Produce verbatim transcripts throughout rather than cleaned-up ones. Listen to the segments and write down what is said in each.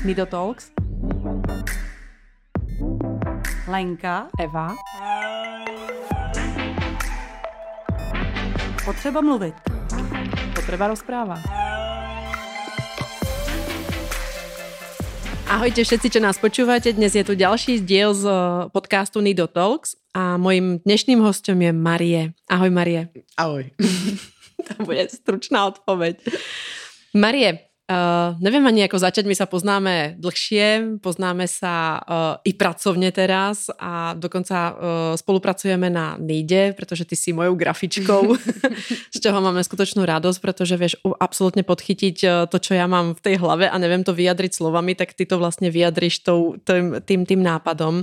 Nido Talks. Lenka. Eva. Potřeba mluvit. Potreba rozpráva. Ahojte všetci, čo nás počúvate. Dnes je tu ďalší diel z podcastu Nido Talks a mojím dnešným hostom je Marie. Ahoj, Marie. Ahoj. To bude stručná odpoveď. Marie, Uh, neviem ani ako začať, my sa poznáme dlhšie, poznáme sa uh, i pracovne teraz a dokonca uh, spolupracujeme na Nide, pretože ty si mojou grafičkou, z čoho máme skutočnú radosť, pretože vieš absolútne podchytiť uh, to, čo ja mám v tej hlave a neviem to vyjadriť slovami, tak ty to vlastne vyjadriš tou, tým, tým, tým nápadom.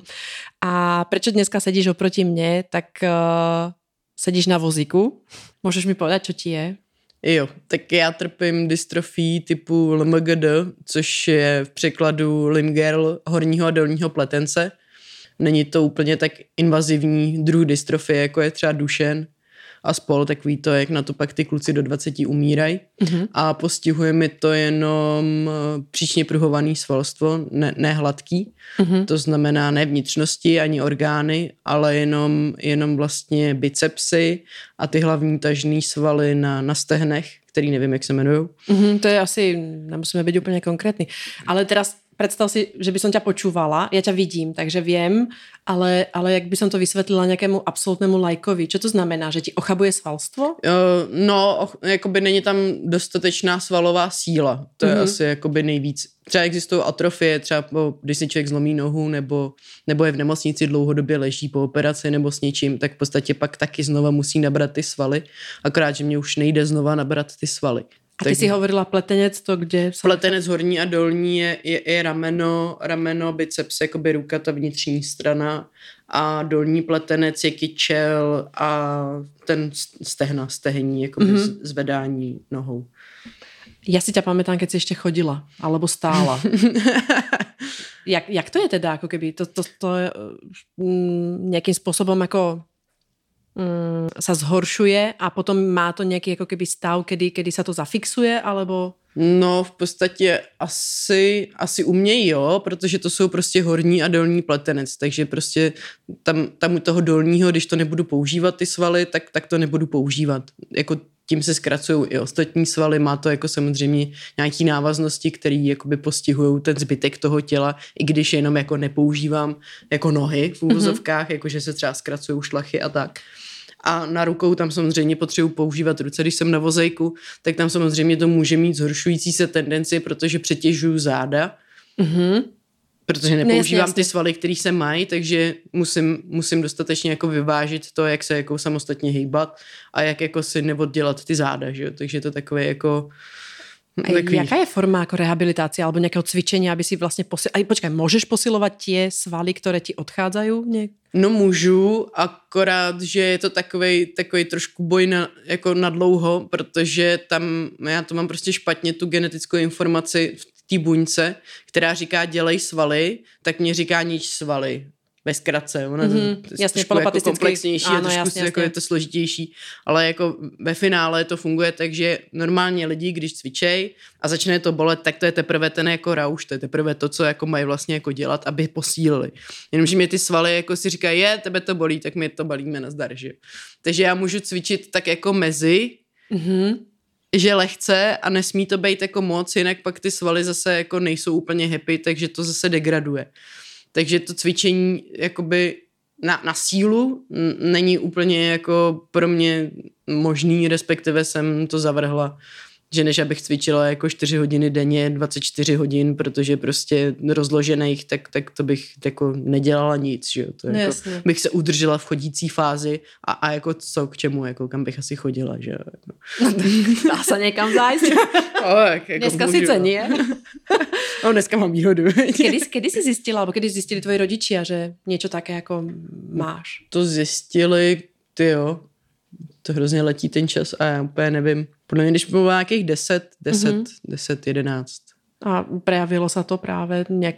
A prečo dneska sedíš oproti mne, tak uh, sedíš na vozíku. Môžeš mi povedať, čo ti je? Jo, tak já trpím dystrofí typu L M G D, což je v překladu limb-girdle horního a dolního pletence. Není to úplně tak invazivní druh dystrofie, jako je třeba Dušen a spol, takový to, jak na to pak ty kluci do dvaceti umírají. Mm-hmm. A postihuje mi to jenom příčně pruhovaný svalstvo, ne, ne hladký. Mm-hmm. To znamená ne vnitřnosti ani orgány, ale jenom, jenom vlastně bicepsy a ty hlavní tažný svaly na, na stehnech, který nevím, jak se jmenujou. Mm-hmm, to je asi, nemusíme být úplně konkrétní. Ale teraz predstav si, že by som ťa počúvala, ja ťa vidím, takže viem, ale, ale jak by som to vysvetlila nejakému absolútnemu lajkovi, čo to znamená, že ti ochabuje svalstvo? Uh, no, jakoby není tam dostatečná svalová síla, to je mm-hmm. asi jakoby nejvíc. Třeba existují atrofie, třeba když si člověk zlomí nohu, nebo, nebo je v nemocnici dlouhodobě leží po operaci nebo s něčím, tak v podstatě pak taky znova musí nabrat ty svaly, akorát, že mě už nejde znova nabrat ty svaly. A ty tak, si hovorila pletenec, to kde? Pletenec horní a dolní je, je, je rameno, rameno, biceps, jakoby ruka, ta vnitřní strana a dolní pletenec je kyčel a ten stehna, stehní, jakoby mm-hmm. zvedání nohou. Ja si ťa pamätám, keď si ešte chodila, alebo stála. jak, jak to je teda, ako keby? To, to, to je mm, nejakým spôsobom ako mm, sa zhoršuje a potom má to nejaký ako keby stav, kedy, kedy sa to zafixuje, alebo... No v podstatě asi, asi u mě jo, protože to jsou prostě horní a dolní pletenec, takže prostě tam, tam u toho dolního, když to nebudu používat ty svaly, tak, tak to nebudu používat. Jako tím se zkracují i ostatní svaly, má to jako samozřejmě nějaký návaznosti, které jakoby postihují ten zbytek toho těla, i když jenom jako nepoužívám jako nohy v úvozovkách, mm-hmm. jakože se třeba zkracují šlachy a tak. A na rukou tam samozřejmě potřebuji používat ruce, když jsem na vozejku, tak tam samozřejmě to může mít zhoršující se tendenci, protože přetěžuju záda, mm-hmm. protože nepoužívám no, ty svaly, které se mají, takže musím, musím dostatečně jako vyvážit to, jak se jako samostatně hejbat a jak jako si neoddělat ty záda, že jo? Takže to takové jako... Takový... Jaká je forma jako rehabilitácie alebo nějakého cvičení, aby si vlastně posil... Aj, počkaj, můžeš posilovat tie svaly, které ti odchádzají? Něk... No můžu, akorát, že je to takovej, takovej trošku boj na, jako na dlouho, protože tam já to mám prostě špatně, tu genetickou informaci v té buňce, která říká dělej svaly, tak mě říká nič svaly. Ve zkratce, ono mm-hmm, to je jasně, trošku jako komplexnější ano, a trošku jasně, jako jasně. je to složitější, ale jako ve finále to funguje tak, že normálně lidi, když cvičej a začne to bolet, tak to je teprve ten jako rauš, to je teprve to, co jako mají vlastně jako dělat, aby posílili. Jenomže mě ty svaly jako si říkají, je, tebe to bolí, tak my to balíme nazdar, že? Takže já můžu cvičit tak jako mezi, mm-hmm. že lehce a nesmí to být jako moc, jinak pak ty svaly zase jako nejsou úplně happy, takže to zase degraduje. Takže to cvičení jakoby na, na sílu není úplně jako pro mě možný, respektive jsem to zavrhla, že než abych cvičila jako čtyři hodiny denně, dvacet čtyři hodin, protože prostě rozložených, tak, tak to bych jako nedělala nic, že jo. To no, jako, bych se udržela v chodící fázi a, a jako co k čemu, jako kam bych asi chodila, že jo. No, dá se někam zájsť. O, jak, jako dneska můžu, sice nie. No, dneska mám výhodu. Kedy, kedy si zjistila, alebo kedy zjistili tvoji rodičia, že něco také jako máš? To zjistili, tyjo, to hrozně letí ten čas a já úplně nevím. Podle mě, když bylo nějakých deset, deset, mm-hmm. deset, jedenáct. A prejavilo se to právě nějak?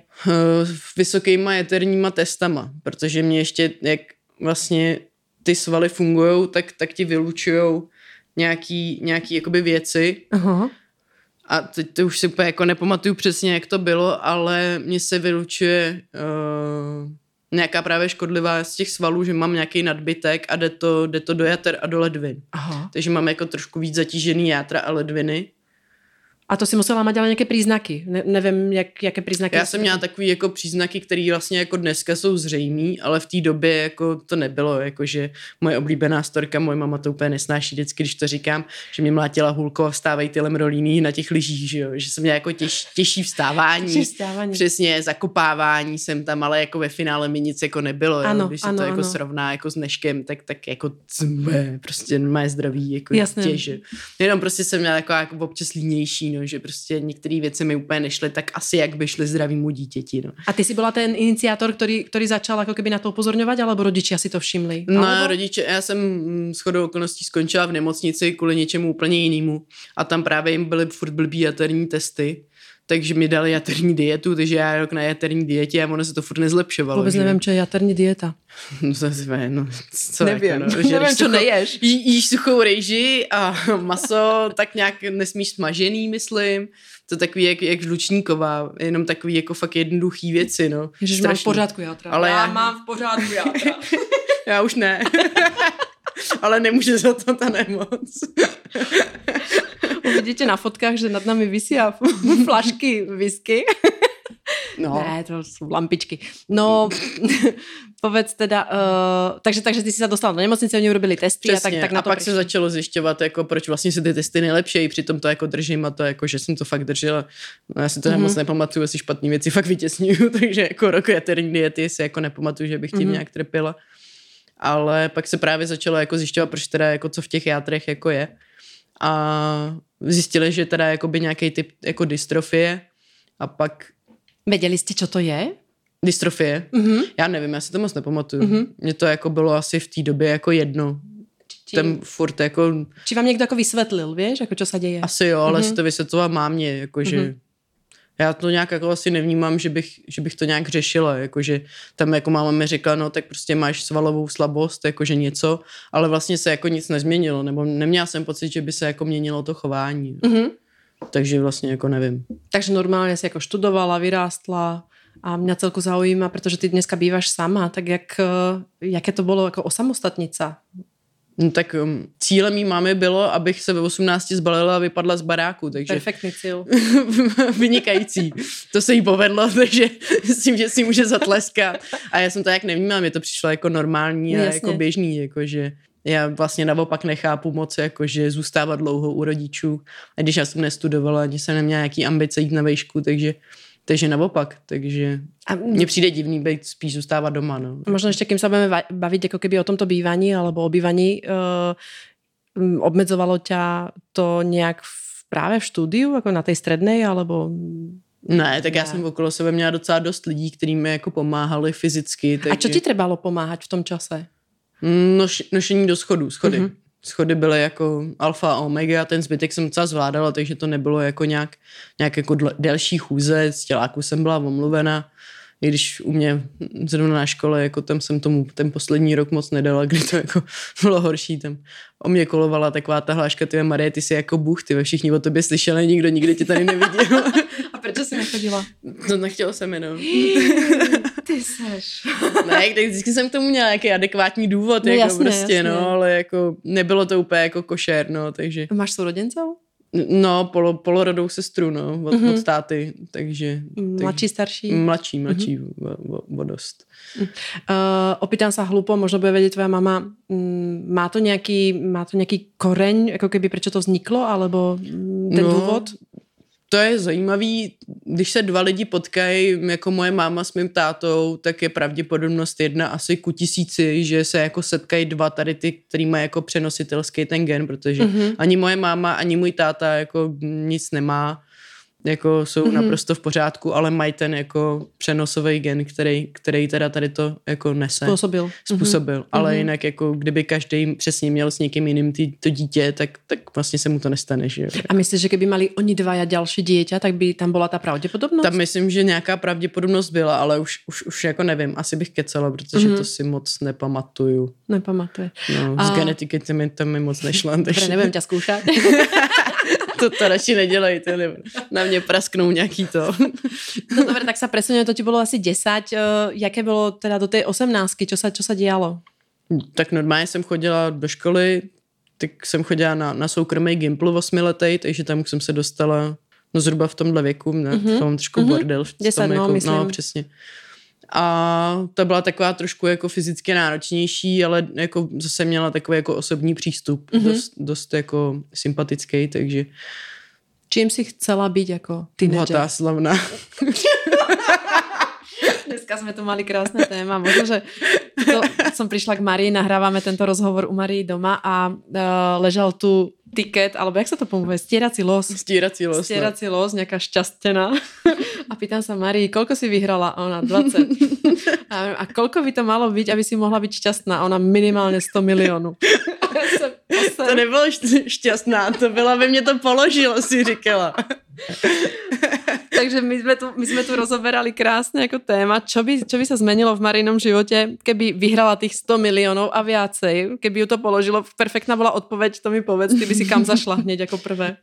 Vysokýma jeterníma testama, protože mě ještě, jak vlastně ty svaly fungujou, tak, tak ti vylučujou nějaký, nějaký jakoby věci. Uh-huh. A teď to už si úplně jako nepamatuju přesně, jak to bylo, ale mně se vylučuje uh, nějaká právě škodlivá z těch svalů, že mám nějaký nadbytek a jde to, jde to do jater a do ledvin. Aha. Takže mám jako trošku víc zatížený játra a ledviny. A to si musela mať ale nějaké příznaky. Ne, nevím, jak, jaké příznaky. Já jsem měla takový jako příznaky, které vlastně jako dneska jsou zřejmý, ale v té době jako to nebylo, jakože moje oblíbená storka, moje mama to úplně nesnáší vždycky, když to říkám, že mě mlátila hůlko a vstávají ty lemrolíny na těch lyžích, že jo, že jsem měla jako těž, těžší vstávání, Těžší vstávání. Přesně, zakopávání jsem tam, ale jako ve finále mi nic jako nebylo, jo? Ano, Když se ano, to jako ano. srovná jako s dneškem, tak, tak jako cmbe, prostě má zdraví, jako Jasné. těže. Jenom prostě jsem měla jako, jako občas línější, no, že prostě některé věci mi úplně nešly tak asi, jak by šly zdravému dítěti. No. A ty si byla ten iniciátor, který, který začal jako keby na to upozorňovat, alebo rodičia si to všimli? No, alebo... rodiče, já jsem mm, shodou okolností skončila v nemocnici kvůli něčemu úplně jinému a tam právě jim byly furt blbý jaterní testy, takže mi dali jaterní dietu, takže já rok na jaterní dietě a ono se to furt nezlepšovalo. Vůbec že? nevím, čo je jaterní dieta. No, zase, no, co Nevím, jako, no, že nevím, když čo sucho- neješ. Jí, jíš suchou rejži a maso, tak nějak nesmíš smažený, myslím. To takový jak, jak žlučníková, jenom takový jako fakt jednoduchý věci, no. Ježiš, mám v pořádku játra. Ale já já- mám v pořádku játra. Já už ne. Ale nemůže za to ta nemoc. Uvidíte na fotkách, že nad nami visí flašky whisky. No. Ne, to jsou lampičky. No, povedz teda, uh, takže, takže ty si se dostala do nemocnice, oni urobili testy Přesně. a tak, tak na a to pak přišli. se začalo zjišťovat, jako proč vlastně se ty testy nejlepší, přitom to jako držím a to jako, že jsem to fakt držela. No, já si to mm-hmm. moc nepamatuju, jestli špatný věci fakt vytěsňuju, takže jako rok jaterní diety si jako nepamatuju, že bych tím mm-hmm. nějak trpěla. Ale pak se právě začalo jako zjišťovat, proč teda jako co v těch játrech jako je. A zjistili, že teda jakoby nějaký typ jako dystrofie a pak Věděli jste, čo to je? dystrofie. Mm-hmm. Já nevím, já si to moc nepamatuju. Mhm. Mně to jako bylo asi v té době jako jedno. Či, Ten furt jako, či vám někdo jako vysvětlil, víš, jako čo se děje? asi jo, ale Mhm. si to vysvětloval mámě, jakože Mhm. já to nějak jako asi nevnímám, že bych, že bych to nějak řešila, jakože tam jako máma mi řekla, no tak prostě máš svalovou slabost, jakože něco, ale vlastně se jako nic nezměnilo, nebo neměla jsem pocit, že by se jako měnilo to chování. Mhm. Takže vlastně jako nevím. Takže normálně si jako študovala, vyrástla a mě celku zaujíma, protože ty dneska býváš sama, tak jak, eh, jaké to bylo jako osamostatnica? No tak um, cílem mý mámy bylo, abych se ve osmnácti zbalila a vypadla z baráku, takže Perfektní cíl. vynikající. To se jí povedlo, takže myslím, že si může zatleskat. A já jsem to jak nevnímala, mě to přišlo jako normální a Jasně. jako běžný, jakože já vlastně naopak nechápu moc, jakože zůstávat dlouho u rodičů. A když já jsem nestudovala, ani jsem neměla nějaký ambice jít na vejšku, takže, takže naopak. Takže A mně přijde divný být spíš zůstávat doma. No. možno ešte, kým sa budeme va- baviť jako keby o tomto bývaní alebo o bývaní, uh, obmedzovalo ťa to nejak v, práve v štúdiu, jako na tej strednej, alebo... Ne, tak já Ne. jsem okolo sebe měla docela dost lidí, kteří mi jako pomáhali fyzicky. Takže... A čo ti trebalo pomáhať v tom čase? Noš, nošení do schodů, schody. Mhm. Mm-hmm. Schody byly jako alfa a omega, ten zbytek jsem docela zvládala, takže to nebylo jako nějak, nějak jako dl- delší chůze, z těláku jsem byla omluvena, i když u mě zrovna na škole, jako tam jsem tomu ten poslední rok moc nedala, kdy to jako bylo horší, tam o mě kolovala taková ta hláška, ty Marie, ty jsi jako Bůh, ty všichni o tobě slyšeli, nikdo nikdy tě tady neviděl. A proč si nechodila? To nechtěla jsem jenom. Ty seš. Ne, tak vždycky jsem k tomu měla nějaký adekvátní důvod, No jako jasně, prostě, jasně. no, ale jako nebylo to úplně jako košer, no, takže, Máš sourodencov? no, polo, polorodou sestru, no, od, Mhm. od táty, takže. Mladší, starší? Tak, mladší, mladší, mm-hmm. o, o, o dost. Uh, opýtam sa hlupo, možno bude vedieť tvoja mama, um, má to nejaký, má to nejaký koreň, ako keby prečo to vzniklo, alebo um, ten No, důvod? To je zajímavý, když se dva lidi potkají, jako moje máma s mým tátou, tak je pravděpodobnost jedna asi ku tisíci, že se jako setkají dva tady ty, který mají jako přenositelský ten gen, protože mm-hmm. ani moje máma, ani můj táta jako nic nemá, jako jsou mm-hmm. naprosto v pořádku, ale mají ten jako přenosový gen, který, který teda tady to jako nese. Způsobil. Způsobil. Mm-hmm. Ale Mhm. jinak jako kdyby každý přesně měl s někým jiným ty, to dítě, tak, tak vlastně se mu to nestane, že jo. A myslíš, že keby mali oni dvaja ďalší dieťa, tak by tam bola tá pravděpodobnost? Tam myslím, že nějaká pravděpodobnost byla, ale už, už, už jako nevím, asi bych kecala, protože Mhm. to si moc nepamatuju. Nepamatuje. No, A- z genetiky to mi, to mi moc nešlo. Dobre, Takže nebudem ťa skúšať. to to, to radši nedělejte, nebo na mě prasknou nějaký to. No dobre, tak sa presuneme, to ti bolo asi desať. Uh, jaké bylo teda do tej osemnáctky? Čo sa, čo sa dialo? Tak normálně jsem chodila do školy, tak jsem chodila na, na soukromý Gimpl osmiletej, takže tam už jsem se dostala no zhruba v tomhle věku, ne? Mm-hmm. To mám trošku mm-hmm. bordel. V deset, tom no, jako, myslím. No, přesně. A to byla taková trošku jako fyzicky náročnější, ale jako zase měla takový jako osobní přístup, mm-hmm. dost, dost jako sympatický, takže... Čím si chcela být jako teenager? Bohatá, slavná. Dneska jsme tu mali krásné téma. Možno, že to, som prišla k Marii, nahrávame tento rozhovor u Marii doma a uh, ležal tu tiket, alebo jak sa to pomôže? Stierací los. Stierací los. Stierací los, nejaká šťastená. A pýtam sa Marii, koľko si vyhrala? A ona dvadsať. A, a koľko by to malo byť, aby si mohla byť šťastná? A ona minimálne sto miliónů. To nebylo šťastná, to byla, aby mě to položilo, si říkala. Takže my sme, tu, my sme tu rozoberali krásne ako téma, čo by, čo by sa zmenilo v Marinom živote, keby vyhrala tých sto miliónov a viacej, keby ju to položilo. Perfektná bola odpoveď, to mi povedz, ty by si kam zašla hneď ako prvé.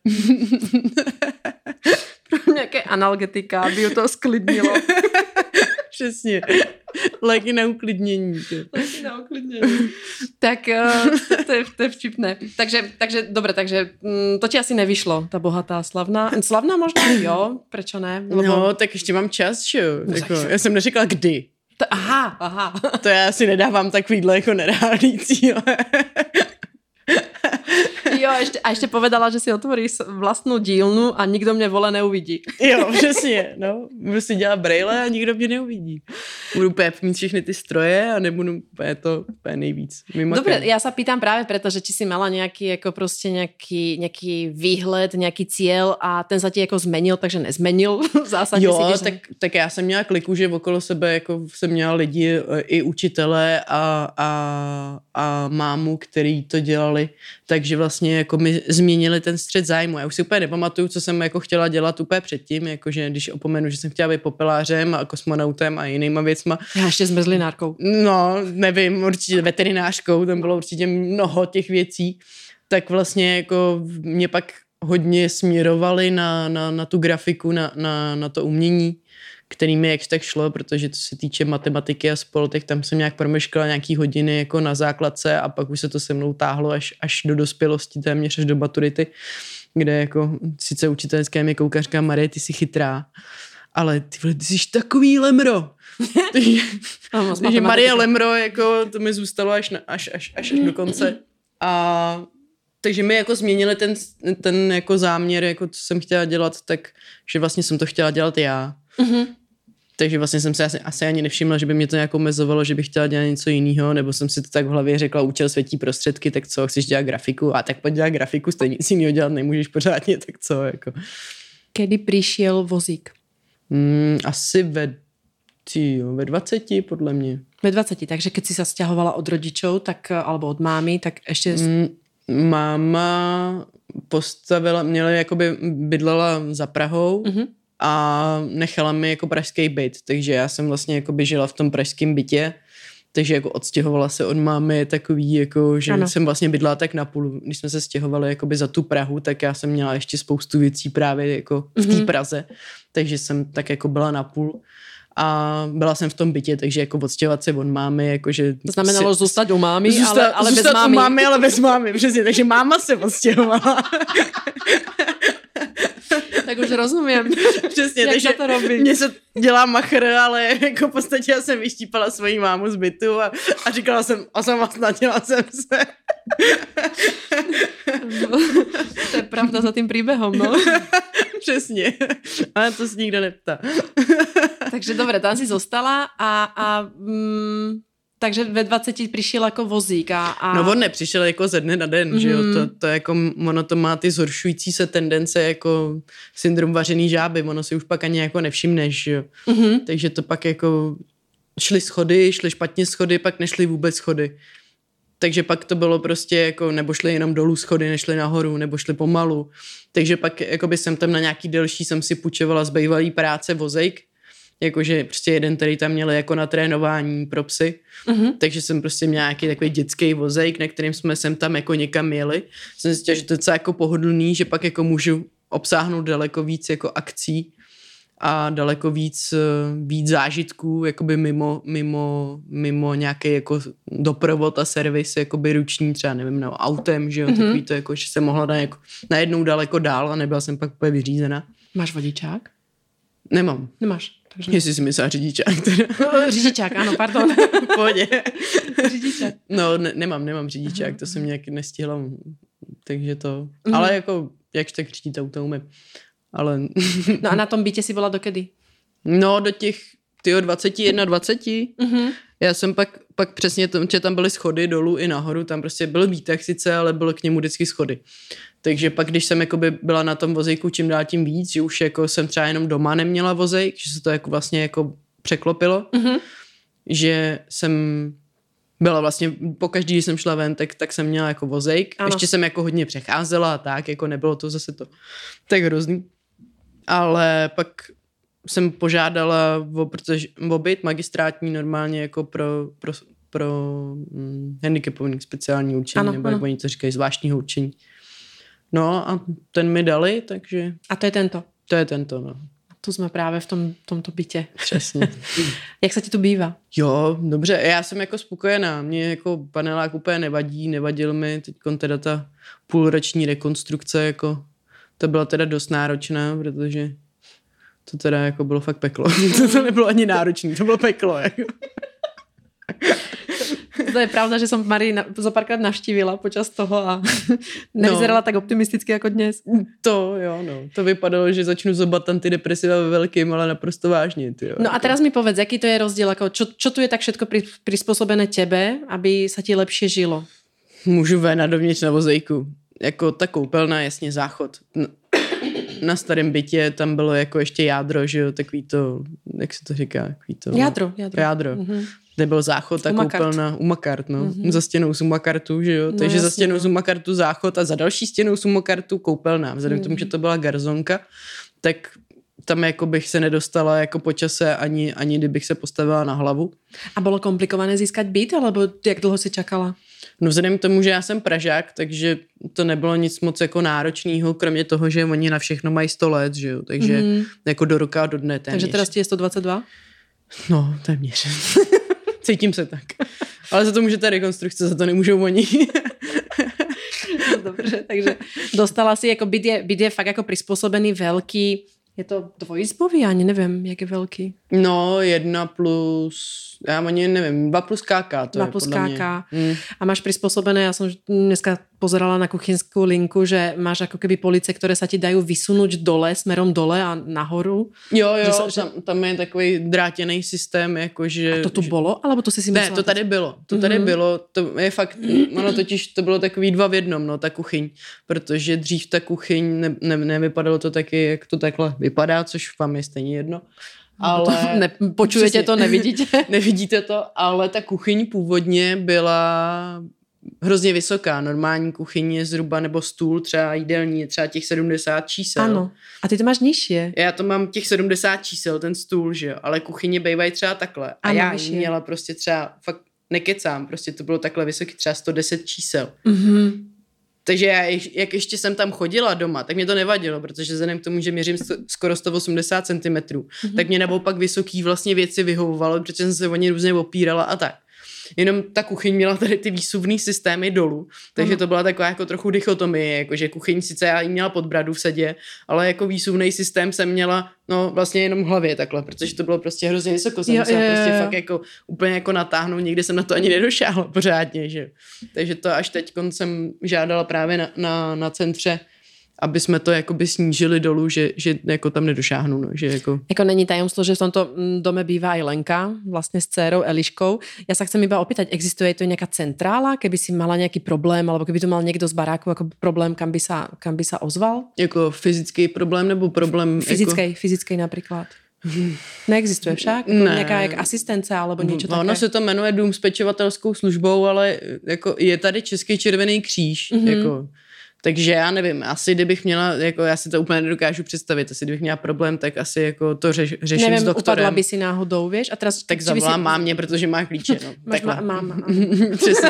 Nejaké analgetika, aby ju to sklidnilo. Přesně. Léky na uklidnění. Léky na uklidnění. Tak to je, to je vtipné. Takže, takže dobre, takže to ti asi nevyšlo, ta bohatá, slavná. Slavná možná, jo, prečo ne? Lebo... No, tak ještě mám čas, čo? No, jako, já jsem neřekla kdy. To, aha, aha. To já si nedávám takovýhle jako nereálný cíle. Jo, ešte, a ešte povedala, že si otvorí vlastnú dílnu a nikdo mě vole neuvidí. Jo, přesně, no. Budu si dělat brejle a nikdo mě neuvidí. Budu úplně mít všechny ty stroje a nebudu úplně to úplně nejvíc. Dobre, ja sa pýtam práve preto, že či si mala nejaký, ako proste nejaký, nejaký výhled, nejaký cieľ a ten sa ti ako zmenil, takže nezmenil v zásadě. Jo, si, že... tak, tak já jsem měla kliku, že okolo sebe jako jsem měla lidi, i učitele a, a, a mámu, který to dělali, takže vlastně jako mi změnili ten střed zájmu. Já už si úplně nepamatuju, co jsem jako chtěla dělat úplně předtím, jakože když opomenu, že jsem chtěla být popelářem a kosmonautem a jinýma věcma. Já ještě zmrzlinárkou. No, nevím, určitě veterinářkou, tam bylo určitě mnoho těch věcí. Tak vlastně jako mě pak hodně směrovali na, na, na tu grafiku, na, na, na to umění, který mi jakž tak šlo, protože co se týče matematiky a spol, tak tam jsem nějak promeškala nějaký hodiny jako na základce a pak už se to se mnou táhlo až, až do dospělosti, téměř až do maturity, kde jako sice učitelská mě kouká, říká, Marie, ty jsi chytrá, ale ty vole, ty jsi takový lemro. Takže Marie Lemro, jako to mi zůstalo až, na, až, až, až do konce. A takže mi jako změnili ten, ten jako záměr, jako co jsem chtěla dělat, tak že vlastně jsem to chtěla dělat já. Mm-hmm. Takže vlastně jsem se asi, asi ani nevšimla, že by mě to nějak omezovalo, že bych chtěla dělat něco jiného, nebo jsem si to tak v hlavě řekla, účel světí prostředky, tak co, chceš dělat grafiku? A tak pojď dělat grafiku, stejně nic jiného dělat nemůžeš pořádně, tak co, jako. Kedy přišel vozík? Mm, asi ve, tíjo, ve dvaceti, podle mě. Ve dvaceti, takže keď si sa sťahovala od rodičov, tak, alebo od mámy, tak ještě... Mm, máma postavila, měla, jakoby bydlela za Prahou, mm-hmm. a nechala mi jako pražský byt, takže já jsem vlastně jakoby žila v tom pražském bytě, takže jako odstěhovala se od mámy takový, jako, že ano. Jsem vlastně bydlela tak napůl, když jsme se stěhovali jakoby za tu Prahu, tak já jsem měla ještě spoustu věcí právě jako v té mm-hmm. Praze, takže jsem tak jako byla napůl a byla jsem v tom bytě, takže jako odstěhovat se od mámy, jakože... To znamenalo si, zůstat u mámy, zůstat, ale, ale zůstat bez mámy. u mámy, ale bez mámy, přesně, takže máma se odstěhovala. Tak už rozumím. Přesně, jak takže to robí. Mně se dělá machr, ale jako v podstatě já jsem vyštípala svoji mámu z bytu a, a říkala jsem, a sama snaděla jsem se. To je pravda za tým príbehom, no. Přesně, ale to si nikdo neptá. Takže dobre, tam si zostala a, a mm, takže ve dvaceti přišel jako vozík. A, a... No on nepřišel jako ze dne na den, mm-hmm. že jo, to, to jako, ono to má ty zhoršující se tendence jako syndrom vařený žáby, ono si už pak ani jako nevšimneš, že jo. Mm-hmm. Takže to pak jako šly schody, šly špatně schody, pak nešly vůbec schody. Takže pak to bylo prostě jako, nebo šly jenom dolů schody, nešly nahoru, nebo šly pomalu. Takže pak jakoby jsem tam na nějaký delší, jsem si půjčovala z bývalý práce vozejk, jakože prostě jeden, který tam měli jako na trénování pro psy, mm-hmm. takže jsem prostě měla nějaký takový dětský vozejk, na kterým jsme sem tam jako někam jeli. Jsem zjistila, že to je docela jako pohodlný, že pak jako můžu obsáhnout daleko víc jako akcí a daleko víc, víc zážitků jakoby mimo, mimo, mimo nějaký jako doprovod a servis jakoby ruční, třeba nevím, no, autem, že jo, mm-hmm. takový to jako, že jsem mohla na jako, najednou daleko dál a nebyla jsem pak úplně vyřízená. Máš vodičák? Nemám. Nemáš. Takže... Jestli si myslela řidičák. Teda. Řidičák, ano, pardon. V pohodě. Řidičák. No, ne, nemám, nemám řidičák, to jsem nějak nestihla, takže to, mm. ale jako, jakž tak řídit auto umím. Ale... No a na tom bytě si byla dokedy? No, do těch, tyjo, dvacet jedna, dvacet. Mm-hmm. Já jsem pak, pak přesně, tam, že tam byly schody dolů i nahoru, tam prostě byl výtah sice, ale bylo k němu vždycky schody. Takže pak, když jsem jakoby byla na tom vozejku čím dál tím víc, že už jako jsem třeba jenom doma neměla vozejk, že se to jako vlastně jako překlopilo, mm-hmm. že jsem byla vlastně, pokaždý, když jsem šla ven, tak, tak jsem měla jako vozejk. Ano. Ještě jsem jako hodně přecházela a tak, jako nebylo to zase to tak hrozný. Ale pak jsem požádala o, protože, o byt magistrátní normálně jako pro, pro, pro hm, handicapovaný speciální určení, ano, nebo ano. jak oni to říkají, zvláštního určení. No a ten mi dali, takže... A to je tento? To je tento, no. Tu jsme právě v tom, tomto bytě. Přesně. Jak se ti tu bývá? Jo, dobře, já jsem jako spokojená. Mě jako panelák úplně nevadí, nevadil mi teďkon teda ta půlroční rekonstrukce, jako to byla teda dost náročná, protože to teda jako bylo fakt peklo. to, to nebylo ani náročný, to bylo peklo. Jako. To je pravda, že som Marii na, zo párkrát navštívila počas toho a nevyzerala no. tak optimisticky jako dnes. To jo, no. To vypadalo, že začnu zobat antidepresiva ve veľkým, ale naprosto vážně. Tyjo. No a teraz mi povedz, aký to je rozdiel, ako, čo, čo tu je tak všetko pri, prispôsobené tebe, aby sa ti lepšie žilo? Můžu ven a dovnitř na vozejku. Jako ta koupelna, jasně, záchod. Na starém bytě tam bylo jako ještě jádro, že jo, takový to, jak se to říká? Takový to, jádro. Jádro. jádro. Mm-hmm. Kde byl záchod a Umakart. koupelna Umakart, no. Mm-hmm. Za stěnou z Umakartu, že jo. No, Takže jasně, za stěnou no. z Umakartu záchod a za další stěnou z Umakartu koupelna. Vzhledem mm-hmm. k tomu, že to byla garzonka, tak tam jako bych se nedostala jako po čase ani, ani kdybych se postavila na hlavu. A bylo komplikované získat byt, alebo jak dlouho si čakala? No vzhledem k tomu, že já jsem Pražák, takže to nebylo nic moc jako náročného, kromě toho, že oni na všechno mají sto let, že jo. Takže mm-hmm. jako do roka a do dne téměř. Takže teraz ti je sto dvacet dva? No, téměř. Cítím se tak. Ale za to může ta rekonstrukce, za to nemůžou oni. No, dobře, takže dostala si, jako byt je, byt je fakt jako prispôsobený veľký. Je to dvojizbový? Ani nevím, jak je velký. No, jedna plus, já ani nevím, dva plus káka. To dva je plus podle káka. Mm. A máš prispôsobené, ja som dneska pozerala na kuchynskú linku, že máš ako keby police, ktoré sa ti dajú vysunúť dole, smerom dole a nahoru. Jo, jo, sa, tam, tam je takový drátěný systém, jakože... A to tu že... bylo? Alebo to si si myslela? Ne, to tady bylo. To tady mm-hmm. bylo. To je fakt, ono totiž to bylo takový dva v jednom, no, ta kuchyň. Protože dřív ta kuchyň ne, ne, nevypadalo to taky, jak to takhle vypadá, což vám je stejně jedno. Ale... To ne, počujete přesně, to, nevidíte? Nevidíte to, ale ta kuchyň původně byla hrozně vysoká. Normální kuchyň je zhruba, nebo stůl třeba jídelní je třeba těch sedmdesát čísel. Ano. A ty to máš nižší. Já to mám těch sedmdesát čísel, ten stůl, že jo, ale kuchyně bývají třeba takhle. A ano, já jí měla prostě třeba, fakt nekecám, prostě to bylo takhle vysoký, třeba sto deset čísel. Mhm. Takže já, jak ještě jsem tam chodila doma, tak mě to nevadilo, protože vzhledem k tomu, že měřím skoro sto osmdesát centimetrů, mm-hmm. tak mě naopak vysoký vlastně věci vyhovovalo, protože jsem se o ně různě opírala a tak. Jenom ta kuchyň měla tady ty výsuvný systémy dolů, takže uh-huh. to byla taková jako trochu dichotomie, jakože kuchyň sice já jí měla pod bradu v sedě, ale jako výsuvný systém jsem měla no vlastně jenom v hlavě takhle, protože to bylo prostě hrozně vysoko, jsem musela prostě jo. fakt jako úplně jako natáhnout, nikdy jsem na to ani nedošáhla pořádně, že takže to až teď jsem žádala právě na, na, na centře, aby jsme to jakoby snížili dolů, že, že jako tam nedošáhnu. No, že jako... jako není tajomstvo, že v tomto dome bývá aj Lenka, vlastne s dcerou Eliškou. Ja sa chcem iba opýtať, existuje to nejaká centrála, keby si mala nejaký problém, alebo keby to mal niekto z baráku ako problém, kam by sa, kam by sa ozval? Jako fyzický problém, nebo problém... Fyzickej, jako... fyzickej napríklad. Neexistuje však? Ne. Nějaká jak asistence alebo niečo také? Ono se to jmenuje Dům s pečovatelskou službou, ale jako je tady Český červený kříž. Mm-hmm. Jako, Takže já nevím, asi kdybych měla, jako já si to úplně nedokážu představit, asi kdybych měla problém, tak asi jako to řeš, řeším nevím, s doktorem. upadla by si náhodou, vieš? A teraz, tak zavolám si... mámě, protože má klíče. No. Máš má, máma. Přesně.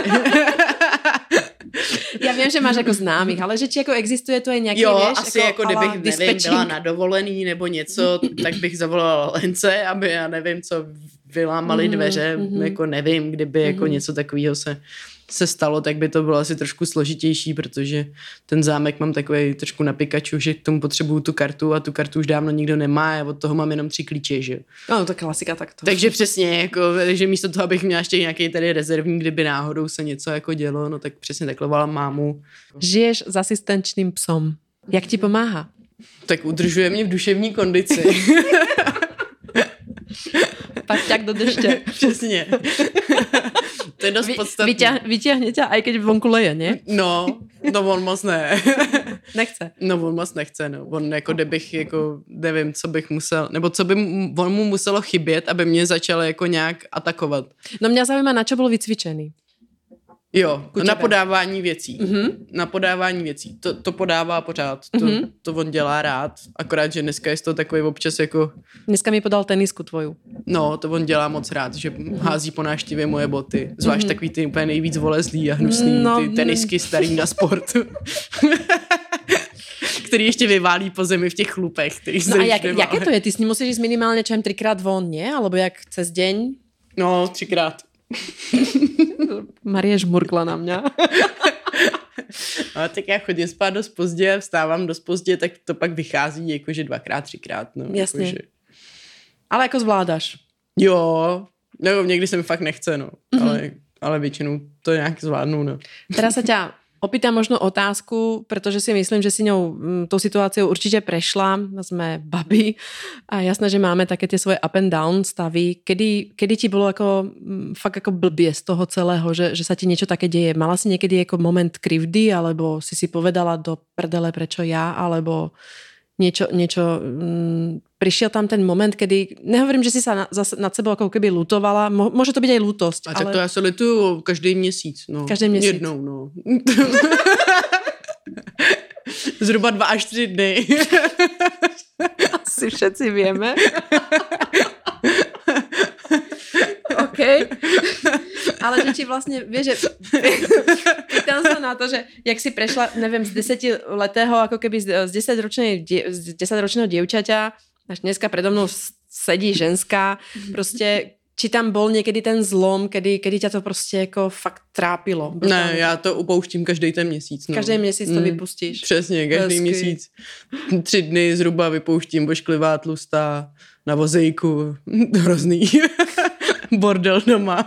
Já vím, že máš jako známých, ale že či jako existuje to je nějaký, jo, vieš, asi jako, jako kdybych, nevím, byla na dovolený nebo něco, tak bych zavolala Lence, aby já nevím, co vylámali dveře, mm-hmm. jako nevím, kdyby mm-hmm. jako něco takového se se stalo, tak by to bylo asi trošku složitější, protože ten zámek mám takový trošku na Pikachu, že k tomu potřebuju tu kartu a tu kartu už dávno nikdo nemá a od toho mám jenom tři klíče, že jo. No, to klasika takto. Takže přesně, jako, že místo toho, abych měla ještě nějaký tady rezervní, kdyby náhodou se něco jako dělo, no tak přesně takhle volám mámu. Žiješ s asistenčným psom. Jak ti pomáhá? Tak udržuje mě v duševní kondici. Paťák do deště. Přesně. To je dost Vy, podstatné. Vyťah, vyťahne ťa, aj keď vonku leje, ne? No, no on moc ne. Nechce. No on moc nechce, no. On jako kdybych, jako nevím, co bych musel, nebo co by mu, on mu muselo chybět, aby mě začal jako nějak atakovat. No mňa zaujíma, na čo bol vycvičený. Jo, Ku na tebe. podávání věcí. Mm-hmm. Na podávání věcí. To, to podává pořád. To, Mhm. to on dělá rád. Akorát, že dneska je to takový občas jako, Dneska mi podal tenisku tvoju. no, to on dělá moc rád, že hází po návštěvě moje boty. Zvlášť takový ty úplně nejvíc volezlý a hnusný, No, ty tenisky starý na sport. Který ještě vyválí po zemi v těch chlupech. No a jak, jaké to je? Ty s ním musíš ísť minimálne čajem trikrát von, nie? Alebo jak cez deň? No, třikrát. Marie žmurkla na mňa. No, tak já chodím spát dost pozdě, vstávám dost pozdě, tak to pak vychází jakože dvakrát, třikrát. No, Jasně. Jakože... Ale ako zvládaš? Jo, nebo někdy se mi fakt nechce, no. Mm-hmm. Ale, ale většinou to nějak zvládnu, no. Teraz sa ťa opýtam možno otázku, pretože si myslím, že si ňou m, tou situáciou určite prešla. Sme baby a jasné, že máme také tie svoje up and down stavy. Kedy, kedy ti bolo ako, m, fakt ako blbie z toho celého, že, že sa ti niečo také deje? Mala si niekedy ako moment krivdy, alebo si si povedala do prdele, prečo ja, alebo niečo, niečo m, prišiel tam ten moment, kedy, nehovorím, že si sa na, zase nad sebou ako keby lutovala, Mo, môže to byť aj lútosť. A ale... tak to já se lituju každý měsíc, no. Každý měsíc. Jednou, no. Zhruba dva až tři dny. Asi všetci vieme. OK. Ale že ti vlastne, vieš, že pýtam sa na to, že jak si prešla, neviem, z desetiletého, ako keby z, z desaťročnej, z desaťročného dievčaťa, až dneska predo mnou sedí ženská, proste, či tam bol niekedy ten zlom, kedy, kedy ťa to proste ako fakt trápilo? Ne, já to upouštím každý ten měsíc. No. Každý měsíc to Mm, vypustíš. Přesně, každý Hezky. měsíc. Tři dny zhruba vypouštím, bošklivá, tlustá, na vozejku. Hrozný. Bordel doma.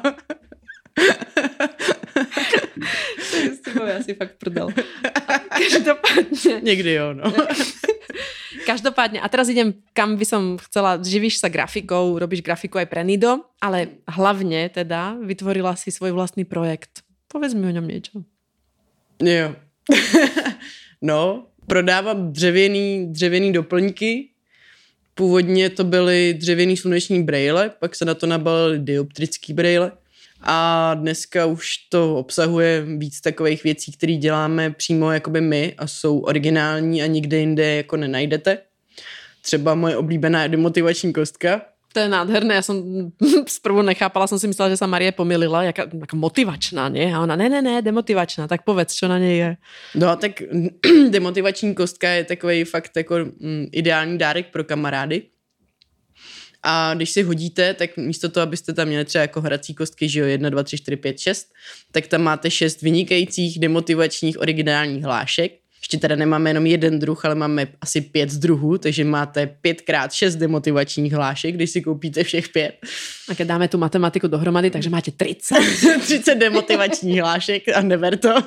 S tebou je asi fakt prdel. Každopádne. Někdy jo, no. Každopádne, a teraz idem, kam by som chcela, živíš sa grafikou, robíš grafiku aj pre Nido, ale hlavne teda vytvorila si svoj vlastný projekt. Povedz mi o ňom niečo. Jo. No, prodávám dřevěný, dřevěný doplňky. Původně to byly dřevěný sluneční brejle, pak se na to nabalily dioptrický brejle. A dneska už to obsahuje víc takových věcí, které děláme přímo jakoby my a jsou originální a nikde jinde jako nenajdete. Třeba moje oblíbená demotivační kostka. To je nádherné, ja som sprvu nechápala, som si myslela, že sa Marie pomýlila, jaká, jaká motivačná, nie? A ona, ne, ne, ne, demotivačná, tak povedz, čo na nej je. No tak demotivační kostka je takový fakt jako mm, ideální dárek pro kamarády. A když si hodíte, tak místo toho, abyste tam měli třeba jako hrací kostky, že jo, jedna, dva, tři, čtyři, pět, šest, tak tam máte šest vynikajících demotivačních originálních hlášek. Ještě teda nemáme jenom jeden druh, ale máme asi pět druhů, takže máte pětkrát šest demotivačních hlášek, když si koupíte všech pět. A keď dáme tu matematiku dohromady, takže máte tridsať. třicet demotivačních hlášek a neber to.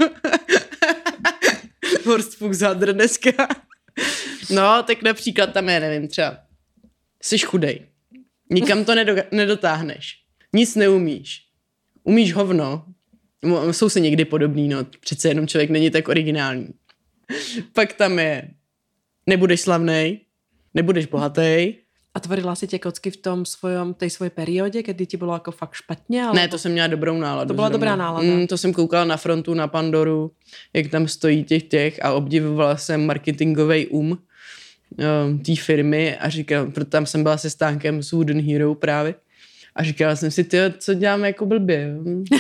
Horstfuchshadr dneska. No, tak například tam je, nevím, třeba jsi chudej. Nikam to nedo, nedotáhneš. Nic neumíš. Umíš hovno. Jsou si někdy podobný, no. Přece jenom člověk není tak originální. Pak tam je nebudeš slavnej, nebudeš bohatý, A tvorila si tie kocky v tom svojom, tej svojej perióde, kedy ti bylo jako fakt špatně? Alebo... Ne, to jsem měla dobrou náladu. To byla dobrá nálada. Mm, to jsem koukala na frontu, na Pandoru, jak tam stojí těch těch a obdivovala jsem marketingový um uh, té firmy a říkala, protože tam jsem byla se stánkem s Wooden Hero právě. A říkala jsem si, tyjo, co děláme jako blbě.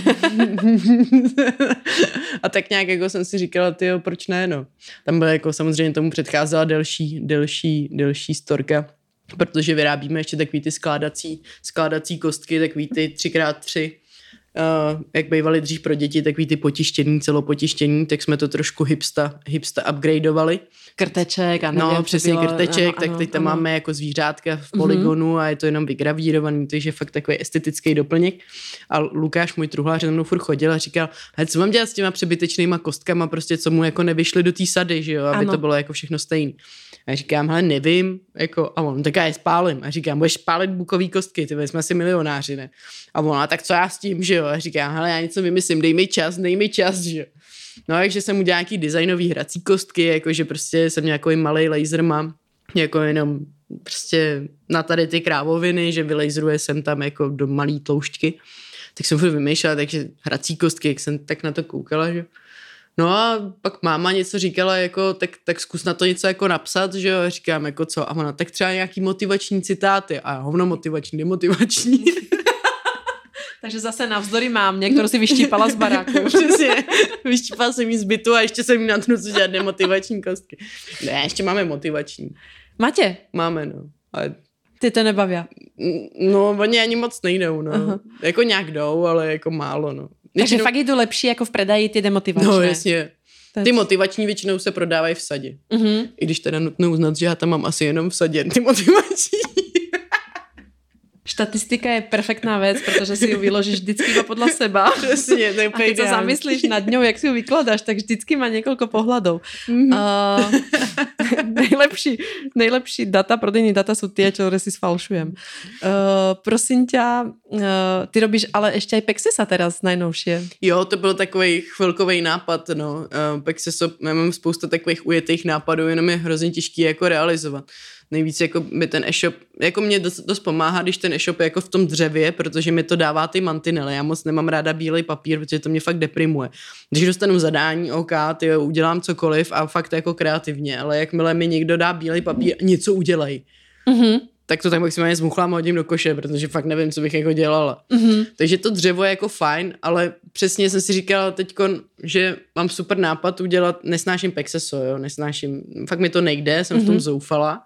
A tak nějak jako jsem si říkala, tyjo, proč ne, no. Tam byla jako samozřejmě tomu předcházela delší, delší, delší storka, protože vyrábíme ještě takový ty skládací, skládací kostky, takový ty tři krát tři, uh, jak bývaly dřív pro děti, takový ty potištění, celopotištění, tak jsme to trošku hipsta, hipsta upgradeovali. Krteček a nevím, no, přesně bylo, krteček, ano, tak ano, teď tam ano. máme jako zvířátka v polygonu mm-hmm. a je to jenom vygravírovaný, takže fakt takový estetický doplněk. A Lukáš, můj truhlář, za mnou furt chodil a říkal, hele, co mám dělat s těma přebytečnýma kostkama, prostě co mu jako nevyšly do té sady, že jo, aby ano. to bylo jako všechno stejný. A já říkám, hele, nevím, jako, a on, tak já je spálím. A říkám, budeš spálit bukový kostky, ty jsme asi milionáři, ne? A on, a tak co já s tím, že jo? A říkám, hele, já něco vymyslím, dej mi čas, dej mi čas, že jo? No, takže jsem udělal nějaký designový hrací kostky, jakože prostě jsem nějaký malej laser mám, jako jenom prostě na tady ty krávoviny, že vylejzruje jsem tam jako do malý tloušťky. Tak jsem furt vymýšlela, takže hrací kostky, jak jsem tak na to koukala, že no a pak máma něco říkala, jako, tak, tak zkus na to něco jako napsat, že jo, říkám, jako co, a ona, tak třeba nějaký motivační citáty, a hovno motivační, demotivační. Takže zase navzdory mámě, kterou si vyštípala z baráku. Přesně, vyštípala jsem jí z bytu a ještě jsem jí na to dělat demotivační kostky. Ne, ještě máme motivační. Máte? Máme, no. Ale... Ty to nebaví. No, oni ani moc nejdou, no. Aha. Jako nějak jdou, ale jako málo, no. Takže Většinou... fakt je to lepší jako v predaji ty demotivačné. No, jasně. Teď. Ty motivační většinou se prodávají v sadě. Uh-huh. I když teda nutno uznat, že já tam mám asi jenom v sadě ty motivační. Štatistika je perfektná věc, protože si ju vyložíš vždycky iba podľa seba. Přesně, to je A keď sa zamyslíš nad ňou, jak si ju vykladáš, tak vždycky má niekoľko pohľadov. Mm-hmm. Uh, nejlepší, nejlepší data, prodejní data sú tie, ktoré si sfalšujem. Uh, prosím ťa, uh, ty robíš ale ešte aj Pexesa teraz najnovšie. Jo, to byl takový chvilkový nápad, no. Uh, Pexeso, já mám spousta takových ujetých nápadů, jenom je hrozně těžký jako realizovat. Nejvíc jako by ten e-shop, jako mě dost, dost pomáhá, když ten e-shop je jako v tom dřevě, protože mi to dává ty mantinely. Já moc nemám ráda bílej papír, protože to mě fakt deprimuje. Když dostanu zadání, OK, ty udělám cokoliv a fakt jako kreativně, ale jakmile mi někdo dá bílej papír, něco udělej. Mm-hmm. Tak to tak maximálně zmuchlám a hodím do koše, protože fakt nevím, co bych jako dělala. Mm-hmm. Takže to dřevo je jako fajn, ale přesně jsem si říkala teďkon, že mám super nápad udělat, nesnáším Pexeso, jo, nesnáším, fakt mi to nejde, jsem mm-hmm. v tom zoufala.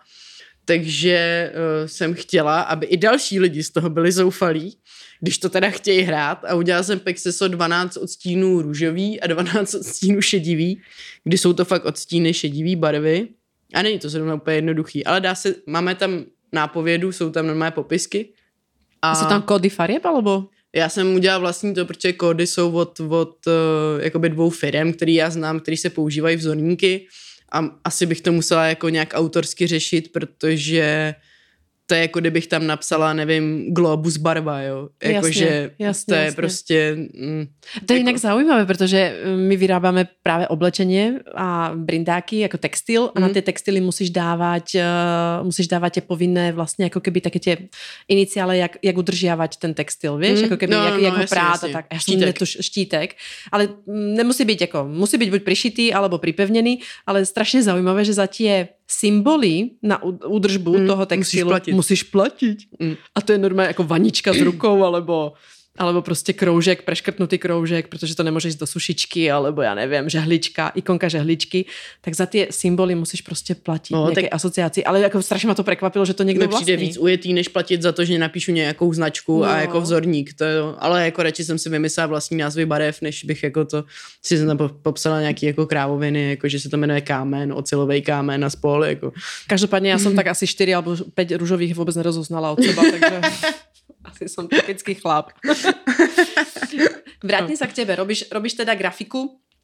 Takže uh, jsem chtěla, aby i další lidi z toho byli zoufalí, když to teda chtějí hrát, a udělala jsem Pexeso dvanáct odstínů růžový a dvanáct odstínů šedivý, kdy jsou to fakt odstíny šedivý barvy. A není to zrovna úplně jednoduchý, ale dá se, máme tam nápovědu, jsou tam normální popisky. A jsou tam kódy farieb, alebo? Já jsem udělala vlastní to, protože kódy jsou od, od uh, jakoby dvou firem, který já znám, který se používají vzorníky. A asi bych to musela jako nějak autorsky řešit, protože to je jako kdybych tam napsala, nevím, Globus barva, jo. Jakože to je jasně. Prostě... Mm, to je jako... jinak zaujímavé, protože my vyrábáme právě oblečenie a brindáky jako textil a mm. na ty textily musíš dávat, uh, musíš dávat tie povinné vlastně jako keby také tie iniciále, jak, jak udržiavať ten textil, vieš? Mm. Jako keby, no, jak, no, jak ho jasně, prát jasně. a tak. Štítek. Netuž, štítek. Ale nemusí být jako, musí být buď prišitý, alebo pripevnený, ale strašně zaujímavé, že za tie symboly na údržbu mm, toho textilu musíš platit. Musíš platit. Mm. A to je normálně jako vanička s rukou, alebo, alebo prostě kroužek, preškrtnutý kroužek, protože to nemůžeš do sušičky, alebo já nevím, žehlička, ikonka žehličky, tak za ty symboly musíš prostě platit no, nějaké tak... asociaci. Ale jako strašně mě to překvapilo, že to někdo vlastní. Přijde víc ujetý, než platit za to, že napíšu nějakou značku no. a jako vzorník. To je, ale jako radši jsem si vymyslela vlastní názvy barev, než bych jako to si jsem tam popsala nějaký jako krávoviny, jako že se to jmenuje kámen, ocelový kámen a spol. Jako. Každopádně já jsem tak asi čtyři alebo pět růžových vůbec nerozoznala od seba, takže asi som typický chlap. Vrátím sa k tebe. Robíš, robíš teda grafiku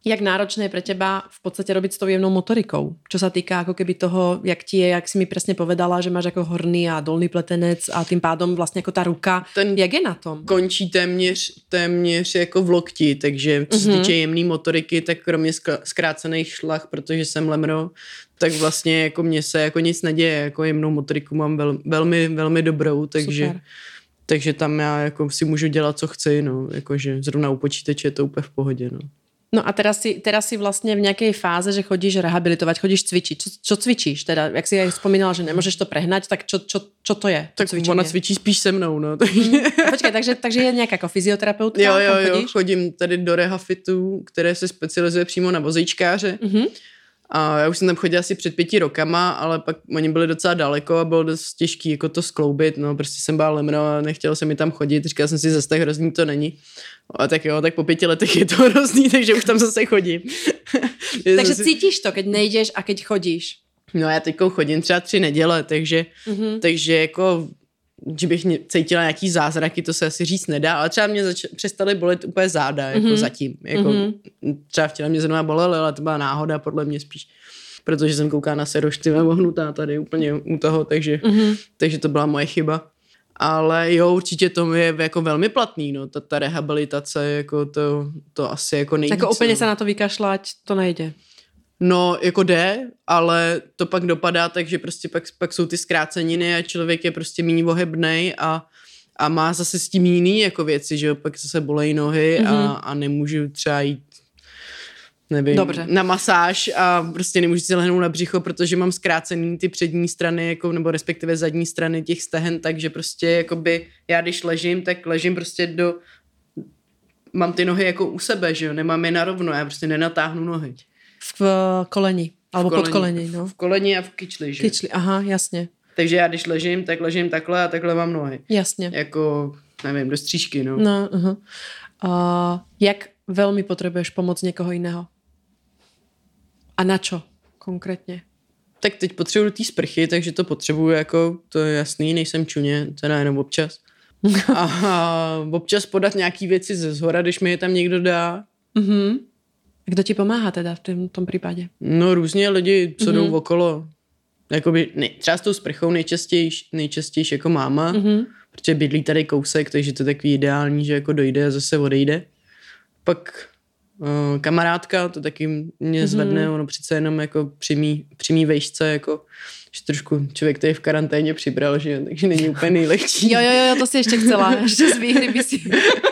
Jak náročné je pre teba v podstate robiť s tou jemnou motorikou? Čo sa týka ako keby toho, jak ti je, jak si mi presne povedala, že máš ako horný a dolný pletenec a tým pádom vlastne ako tá ruka. Ten jak je na tom? Končí téměř, téměř jako v lokti, takže co se Mhm. týče jemný motoriky, tak kromě skl- zkrácených šlach, protože jsem lemro, tak vlastně jako mně se jako nic neděje, jako jemnou motoriku mám vel, velmi, velmi dobrou, takže... Super. Takže tam já jako si můžu dělat, co chci, no, jakože zrovna u počítače je to úplně v pohodě, no. No a teraz si, teraz si vlastne v nejakej fáze, že chodíš rehabilitovať, chodíš cvičiť. Čo, čo cvičíš? Teda, jak si aj spomínala, že nemôžeš to prehnať, tak čo, čo, čo to je? To Tak cvičenie? ona cvičí spíš se mnou, no. Takže... Mm. Počkej, takže, takže je nejaká ako fyzioterapeutka? Jo, jo, tam jo, chodíš? chodím tady do Rehafitu, které se specializuje přímo na vozíčkáře. Mhm. A já už jsem tam chodila asi před pěti rokama, ale pak oni byli docela daleko a bylo dost těžký jako to skloubit, no prostě jsem byla lemno a nechtěla se mi tam chodit, říkala jsem si, zase tak hrozný to není. A tak jo, tak po pěti letech je to hrozný, takže už tam zase chodím. Takže si... cítíš to, keď nejdeš a keď chodíš? No já teďko chodím třeba tři neděle, takže, Mhm. takže jako že bych cítila nějaký zázraky, to se asi říct nedá, ale třeba mě zač- přestaly bolet úplně záda, jako Mhm. zatím. Jako, Mhm. Třeba včera mě zrovna bolely, ale to byla náhoda podle mě spíš. Protože jsem koukala na Seroš, ty ohnutá tady úplně u toho, takže, Mhm. takže to byla moje chyba. Ale jo, určitě to je jako velmi platný, no, ta, ta rehabilitace, jako to, to asi jako nejvíc. Jako úplně no. sa na to vykašľať, to nejde. No, jako jde, ale to pak dopadá tak, že prostě pak, pak jsou ty zkráceniny a člověk je prostě méně ohebnej a, a má zase s tím jiný jako věci, že jo, pak zase bolejí nohy mm-hmm. a, a nemůžu třeba jít nevím, Dobře. na masáž a prostě nemůžu si lehnout na břicho, protože mám zkrácený ty přední strany, jako, nebo respektive zadní strany těch stehen, takže prostě jakoby já když ležím, tak ležím prostě do, mám ty nohy jako u sebe, že jo, nemám je narovno, já prostě nenatáhnu nohy. V koleni, alebo pod koleni, no. V koleni a v kyčli, že? Kyčli, aha, jasne. Takže já když ležím, tak ležím takhle a takhle mám nohy. Jasne. Jako, nevím, do střížky, no. No, uh-huh. uh, jak veľmi potrebuješ pomoc někoho jiného? A na čo konkrétně? Tak teď potřebuji do té sprchy, takže to potřebuju, jako, to je jasný, nejsem čuně, teda jenom občas. A, a občas podat nějaký věci ze zhora, když mi je tam někdo dá. Uh-huh. Kdo ti pomáhá teda v tom, tom případě? No různě lidi, co Mhm. jdou okolo. Jakoby, ne, třeba s tou sprchou nejčastější, nejčastější jako máma, Uh-huh. protože bydlí tady kousek, takže to je takový ideální, že jako dojde a zase odejde. Pak uh, kamarádka, to taky mě zvedne, ono přece jenom jako při mý, při mý vejšce, jako, že trošku člověk, který v karanténě přibral, že jo, takže není úplně nejlehčí. Jo, jo, jo, to si ještě chcela. Ještě z výhry by si...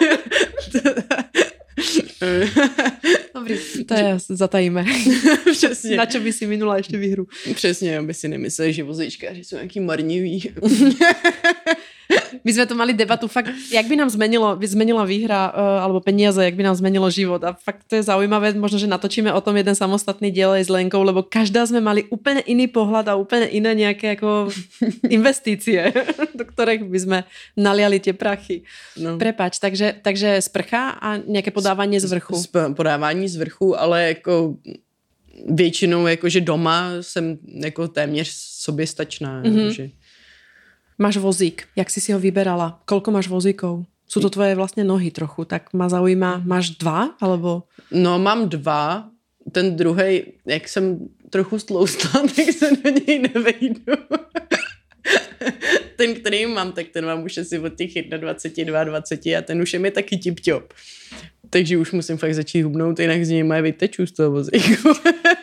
Dobrý, to je, zatajíme. Přesně. Na čo by si minula ještě výhru? Přesně, aby si nemysleli, že vozíčkáři jsou nějaký marniví. My sme tu mali debatu fakt, jak by nám zmenilo, by zmenila výhra uh, alebo peniaze, jak by nám zmenilo život. A fakt to je zaujímavé, možno, že natočíme o tom jeden samostatný diel aj s Lenkou, lebo každá sme mali úplne iný pohľad a úplne iné nejaké ako investície, do ktorých by sme naliali tie prachy. No. Prepač, takže, takže sprcha a nejaké podávanie z vrchu. Z, podávání z vrchu, ale jako většinou jakože doma jsem jako téměř soběstačná. Mhm. Jakože. Máš vozík, jak si si ho vyberala? Koľko máš vozíkov? Sú to tvoje vlastne nohy trochu, tak ma zaujíma, máš dva? Alebo... No mám dva, ten druhej, jak jsem trochu stloustla, tak se do něj nevejdu. Ten, který mám, tak ten mám už asi od těch dvacet jedna, dvacet dva a ten už je mi taky tip-top. Takže už musím fakt začít hubnout, jinak z něj mají vyteču z toho vozíku.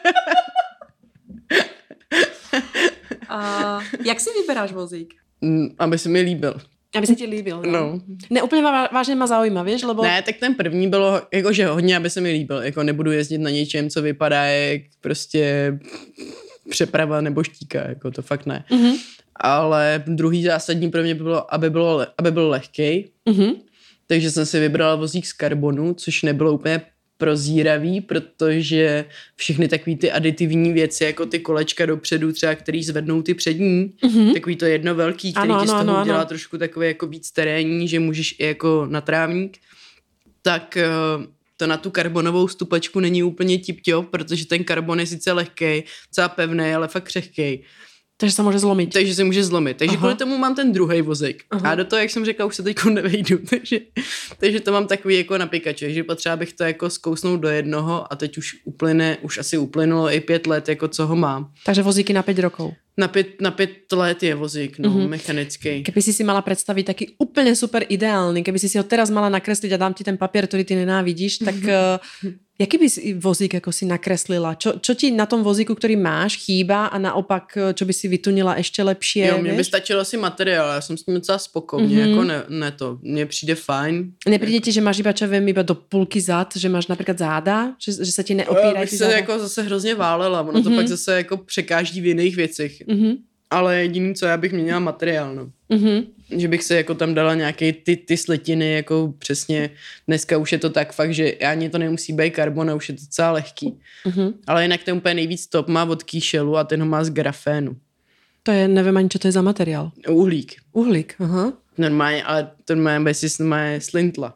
A jak si vyberáš vozík? Aby se mi líbil. Aby se ti líbil, no. No. Ne, úplně má, vážně má zaujíma, víš, lebo... Ne, tak ten první bylo jakože hodně, aby se mi líbil. Jako nebudu jezdit na něčem, co vypadá jak prostě přeprava nebo štíka, jako to fakt ne. Uh-huh. Ale druhý zásadní pro mě bylo, aby, bylo, aby byl lehkej. Uh-huh. Takže jsem si vybrala vozík z karbonu, což nebylo úplně prozíravý, protože všechny takový ty aditivní věci, jako ty kolečka dopředu třeba, který zvednou ty přední, Uh-huh. takový to jedno velký, který Ano, ti z ano, toho ano, udělá ano. trošku takový jako víc terénní, že můžeš i jako na trávník, tak eh, to na tu karbonovou stupačku není úplně tip-top, protože ten karbon je sice lehkej, docela pevný, ale fakt křehkej. Takže se může zlomit. Takže se může zlomit. Takže Aha. kvůli tomu mám ten druhý vozík. Aha. A do toho, jak jsem řekla, už se teď nevejdu. Takže, takže to mám takový jako na pikače, že potřeba bych to jako zkousnout do jednoho a teď už uplyne, už asi uplynulo i pět let, jako co ho mám. Takže vozíky na pět rokov. Na pět, na pět let je vozík, no, mm-hmm. mechanický. Keby si si mala predstaviť taký úplne super ideálny, keby si si ho teraz mala nakresliť a dám ti ten papier, ktorý ty nenávidíš, tak uh, jaký by si vozík ako si nakreslila? Čo, čo ti na tom vozíku, ktorý máš, chýba a naopak, čo by si vytunila ešte lepšie? Jo, mně by vieš? stačilo asi materiál, já jsem s tím docela spokojný, mm-hmm. jako ne, ne to, mně přijde fajn. Nepríde ti, že máš iba, čo viem, iba do půlky zad, že máš napríklad záda, že, že sa ti neopírají Já bych ty se záda? jako zase hrozně válela, ono mm-hmm. to pak zase jako překáží v jiných věcech. Mm-hmm. Ale jediný, co já bych měla materiál, no. Mm-hmm. Že bych se jako tam dala nějaké ty, ty slitiny, jako přesně, dneska už je to tak fakt, že ani to nemusí být karbon a už je to docela lehký. Mm-hmm. Ale jinak ten úplně nejvíc top má od kýšelu a ten ho má z grafénu. To je, neviem ani, čo to je za materiál. Uhlík. Uhlík, aha. Normálně, ale ten má bez má slintla.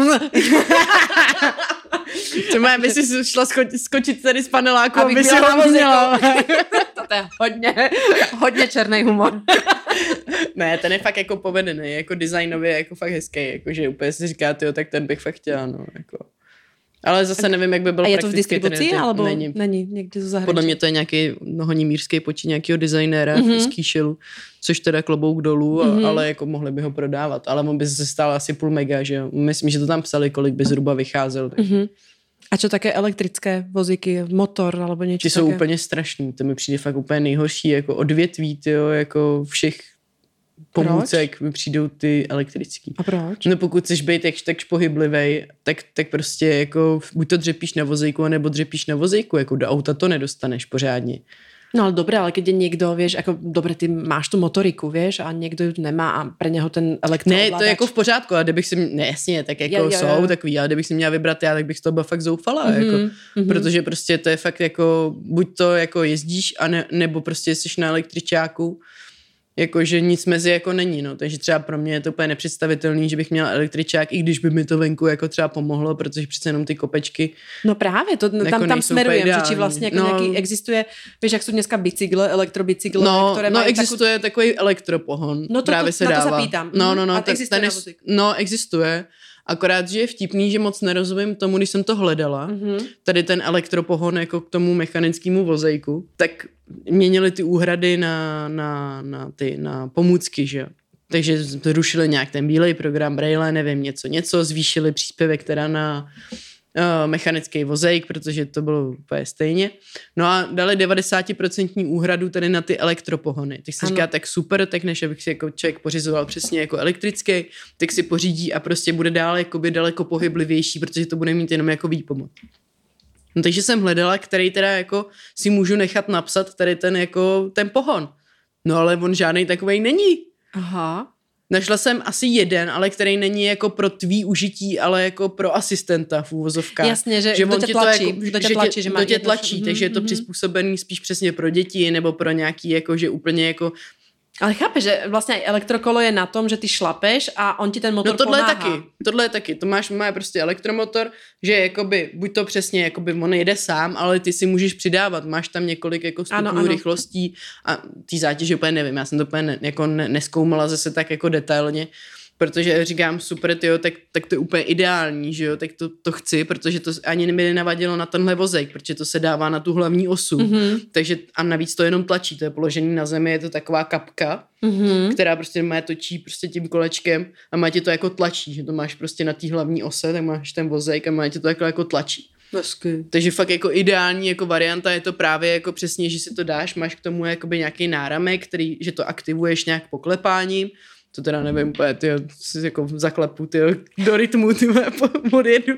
To má, aby si šla sko- skočit tady z paneláku, aby si ho měla. To je hodně, hodně černý humor. Ne, ten je fakt jako povedený, jako designově jako fakt hezký, jakože úplně si říká, tyjo, tak ten bych fakt chtěla, no, jako. Ale zase nevím, jak by byl a je to v prakticky distribuci, ten, alebo není. není někde zo zahraničí? Podle mě to je nějaký honimírský počin nějakého designéra mm-hmm. z Kýšelu, což teda klobouk dolů, mm-hmm. ale jako mohli by ho prodávat. Ale on by se stál asi půl mega, že jo. Myslím, že to tam psali, kolik by zhruba vycházel. Mm-hmm. A čo také elektrické vozíky, motor alebo něco Ty jsou také? úplně strašný, to mi přijde fakt úplně nejhorší, jako odvětví, tyjo, jako všech pomůcek mi přijdou ty elektrický. A proč? No pokud chceš být jakž takž pohyblivej, tak, tak prostě jako buď to dřepíš na vozejku, nebo dřepíš na vozejku, jako do auta to nedostaneš pořádně. No ale dobré, ale keď je niekto, vieš, ako dobre, ty máš tu motoriku, vieš, a niekto ju nemá a pre neho ten elektroovládač. Ne, to je jako v pořádku, ale kdybych si, ne jasně, tak jako jo, jo, jsou jo. takový, ale kdybych si měla vybrat já, tak bych z toho byla fakt zoufala, mm-hmm, jako, mm-hmm. protože prostě to je fakt jako, buď to jako jezdíš, a ne, nebo prostě jsi na električáku, jakože nic mezi jako není, no, takže třeba pro mě je to úplně nepředstavitelný, že bych měla električák, i když by mi to venku jako třeba pomohlo, protože přece jenom ty kopečky. No právě, to, jako tam, tam smerujem, že či vlastně jako no, nějaký existuje, víš, jak jsou dneska bicykle, elektrobicykle, no, které no, mají existuje takú... takový elektropohon, no to, právě to, se na dává. to se pýtam. No, no, no, a ten, existuje ten na je, vozík. no, existuje. Akorát, že je vtipný, že moc nerozumím tomu, když jsem to hledala, mm-hmm. tady ten elektropohon jako k tomu mechanickému vozejku, tak měnili ty úhrady na, na, na, ty, na pomůcky, že jo. Takže zrušili nějak ten bílej program, Braille, nevím, něco, něco, zvýšili příspěvek teda na uh, mechanický vozejk, protože to bylo úplně stejně. No a dali devadesát procent úhradu tady na ty elektropohony. Tak si říká, tak super, tak než abych si jako člověk pořizoval přesně jako elektrický, tak si pořídí a prostě bude dál jakoby daleko pohyblivější, protože to bude mít jenom jako výpomoc. No takže jsem hledala, který teda jako si můžu nechat napsat tady ten jako ten pohon. No ale on žádnej takovej není. Aha. Našla jsem asi jeden, ale který není jako pro tvý užití, ale jako pro asistenta v úvozovkách. Jasně, že, že kdo tě tlačí, jako, kdo tě že tlačí, že má kdo tě jedno... tlačí, mm-hmm, takže je to mm-hmm. přizpůsobený spíš přesně pro děti nebo pro nějaký jako, že úplně jako... Ale chápeš, že vlastně elektrokolo je na tom, že ty šlapeš a on ti ten motor no tohle pomáhá. je taky, tohle je taky, to máš, má prostě elektromotor, že jakoby, buď to přesně, jakoby on jede sám, ale ty si můžeš přidávat, máš tam několik jako stupňů ano, ano. rychlostí a ty zátěže úplně nevím, já jsem to úplně ne, jako ne, neskoumala zase tak jako detailně, protože říkám super, tyjo, tak, tak to je úplně ideální, že jo, tak to, to chci, protože to ani mi nenavadilo na tenhle vozejk, protože to se dává na tu hlavní osu, mm-hmm. takže a navíc to jenom tlačí, to je položený na zemi, je to taková kapka, mm-hmm. která prostě má točí prostě tím kolečkem a má tě to jako tlačí, že to máš prostě na té hlavní ose, tak máš ten vozejk a má tě to jako, jako tlačí. Hezky. Takže fakt jako ideální jako varianta je to právě jako přesně, že si to dáš, máš k tomu jakoby nějaký náramek, který, že to aktivuješ nějak poklepáním. To teda nevím, úplně, tyjo, si jako zaklepu, tyjo, do rytmu, tyjo, odjedu.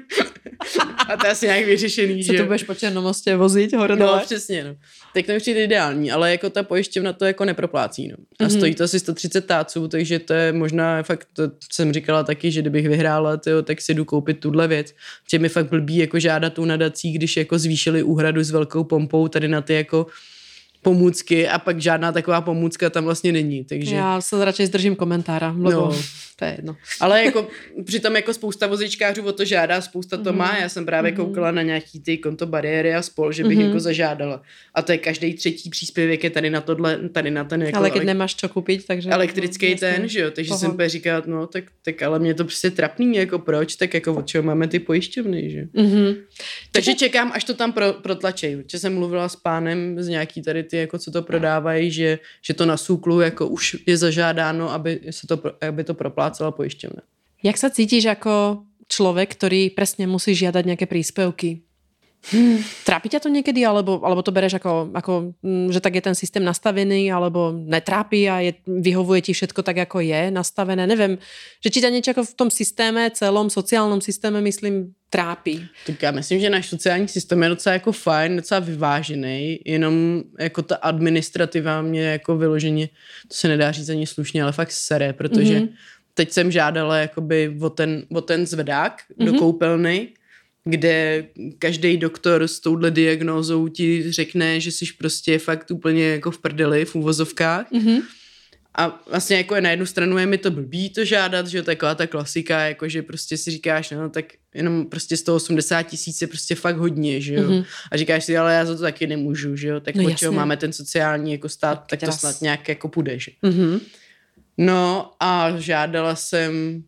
A to je asi nějak vyřešený, Co že tu budeš po Černomostě vozit, hore dole? No, přesně, no. Tak to mi přijde ideální, ale jako ta pojišťovna to jako neproplácí, no. A mm-hmm. stojí to asi sto třicet táců, takže to je možná fakt, to jsem říkala taky, že kdybych vyhrála, tyjo, tak si jdu koupit tuhle věc. Že mi fakt blbý jako žádat tu nadací, když jako zvýšili úhradu s velkou pompou tady na ty jako pomůcky a pak žádná taková pomůcka tam vlastně není. Takže... Já se radši zdržím komentára, lebo No. to je jedno. Ale jako přitom jako spousta vozíčkářů o to žádá, spousta to má. Já jsem právě koukala na nějaký ty konto bariéry a spol, že bych Mhm. jako zažádala. A to je každý třetí příspěvek je tady na tohle, tady na ten jako Ale keď elek- nemáš čo kúpiť, takže... elektrický no, jasné. ten, že jo. Takže Pohod. jsem úplně říkala, no tak, tak ale mě to prostě trapný, jako proč, tak jako od čeho máme ty pojišťovny, že? Mhm. Takže čekám, až to tam pro, protlačej. Že jsem mluvila s pánem z nějaký tady ty, jako co to prodávají, že, že to na Súklu jako už je zažádáno, aby, se to, pro- aby to proplácela pojišťovna. Jak sa cítiš ako človek, ktorý presne musí žiadať nejaké príspevky? Hmm. Trápi ťa to niekedy, alebo, alebo to bereš ako, ako, mm, že tak je ten systém nastavený, alebo netrápi a je, vyhovuje ti všetko tak, ako je nastavené? Neviem, že či ťa niečo ako v tom systéme, celom sociálnom systéme, myslím, trápí. Tak já myslím, že náš sociální systém je docela jako fajn, docela vyvážený, jenom jako ta administrativa mě jako vyloženě, to se nedá říct ani slušně, ale fakt sere, protože mm-hmm. teď jsem žádala jakoby o ten, o ten zvedák mm-hmm. do koupelny, kde každý doktor s touhle diagnózou ti řekne, že jsi prostě fakt úplně jako v prdeli, v úvozovkách. Mm-hmm. A vlastně jako je na jednu stranu je mi to blbý to žádat, že jo, taková ta klasika, jako že prostě si říkáš, no tak jenom prostě sto osmdesát tisíc je prostě fakt hodně, že jo. Mm-hmm. A říkáš si, ale já za to taky nemůžu, že jo, tak no od čeho máme ten sociální jako stát, tak, tak to snad nějak jako půjde, že. Mm-hmm. No a žádala jsem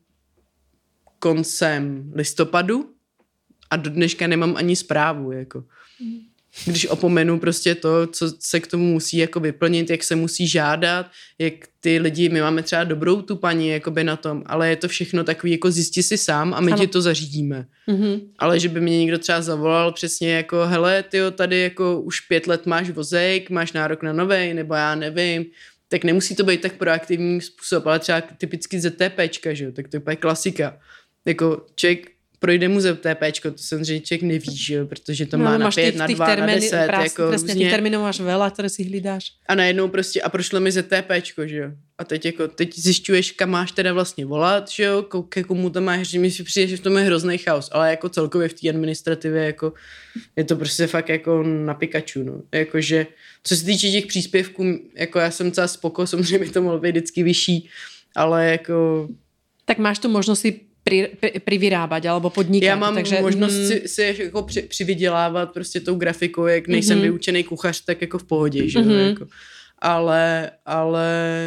koncem listopadu a do dneška nemám ani zprávu, jako. Když opomenu prostě to, co se k tomu musí jako vyplnit, jak se musí žádat, jak ty lidi, my máme třeba dobrou tu paní jakoby na tom, ale je to všechno takový, jako zjistí si sám a my ano. ti to zařídíme. Mm-hmm. Ale že by mě někdo třeba zavolal přesně jako, hele, tyjo, tady jako už pět let máš vozejk, máš nárok na novej, nebo já nevím, tak nemusí to být tak proaktivní způsob, ale třeba typicky ZTPčka, že jo, tak to je úplně klasika. Jako člověk projde mu ZTPčko, to samozřejmě člověk neví, že jo, protože to no, má na máš pět, tých, na tých dva, termíny, na deset, prás, jako presne, různě. Tých termínov máš veľa, ktoré si hlídáš. A najednou prostě, a prošlo mi ZTPčko, že jo. A teď jako, teď zjišťuješ, kam máš teda vlastně volat, že jo, ke komu to máš, že mi si přijde, že v tom je hrozný chaos, ale jako celkově v té administrativě, jako, je to prostě fakt jako na Pikachu, no. Jakože, co se týče těch příspěvků, jako já jsem celá spoko, samozřejmě by to mohlo být vždycky vyšší, ale jako... Tak máš tu možnost si pri, pri, privyrábať alebo podnikať. Já mám takže, možnost mm, si, si jako při, přivydělávat prostě tou grafikou, jak nejsem mm-hmm. vyučený kuchař, tak jako v pohodě, že mm-hmm. jako. Ale, ale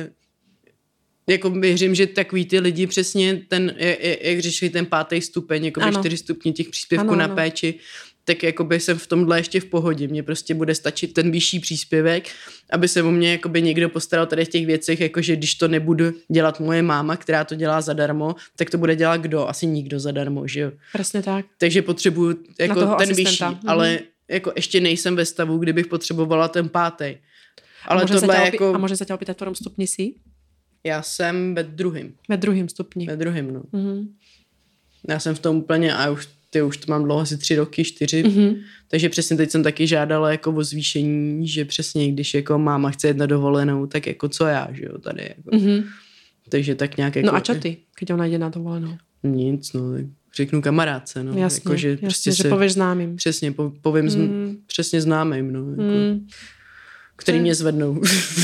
jako věřím, že takový ty lidi přesně ten, jak, jak řešili ten pátý stupeň, jako by čtyři stupně těch příspěvků ano, na ano. péči, tak jakoby jsem v tomhle ještě v pohodě. Mně prostě bude stačit ten vyšší příspěvek, aby se o mě jakoby někdo postaral tady v těch věcech, jakože když to nebudu dělat moje máma, která to dělá zadarmo, tak to bude dělat kdo? Asi nikdo zadarmo, že jo? Přesně tak. Takže potřebuju jako ten asistenta. Vyšší, mm-hmm. ale jako ještě nejsem ve stavu, kdybych potřebovala ten pátý. Ale a, tohle opý- jako... a může se tě opýtat, v ktorom stupni si? Já jsem ve druhým. Ve druhým stupni. Ve druhým, no. Mm-hmm. Já jsem v tom úplně, a už ty už to mám dlouho, asi tři roky, čtyři, mm-hmm. takže přesně teď jsem taky žádala jako o zvýšení, že přesně, když jako máma chce jít na dovolenou, tak jako co já, že jo, tady jako. Mm-hmm. Takže tak nějak jako... No a čo ty, keď ona jde na dovolenou? Nic, no, tak řeknu kamarádce, no. Jasně, jako, že, jasně, prostě že se, pověš známým. Přesně, po, povím mm. zm, přesně známým, no, jako, mm. který mě zvednou.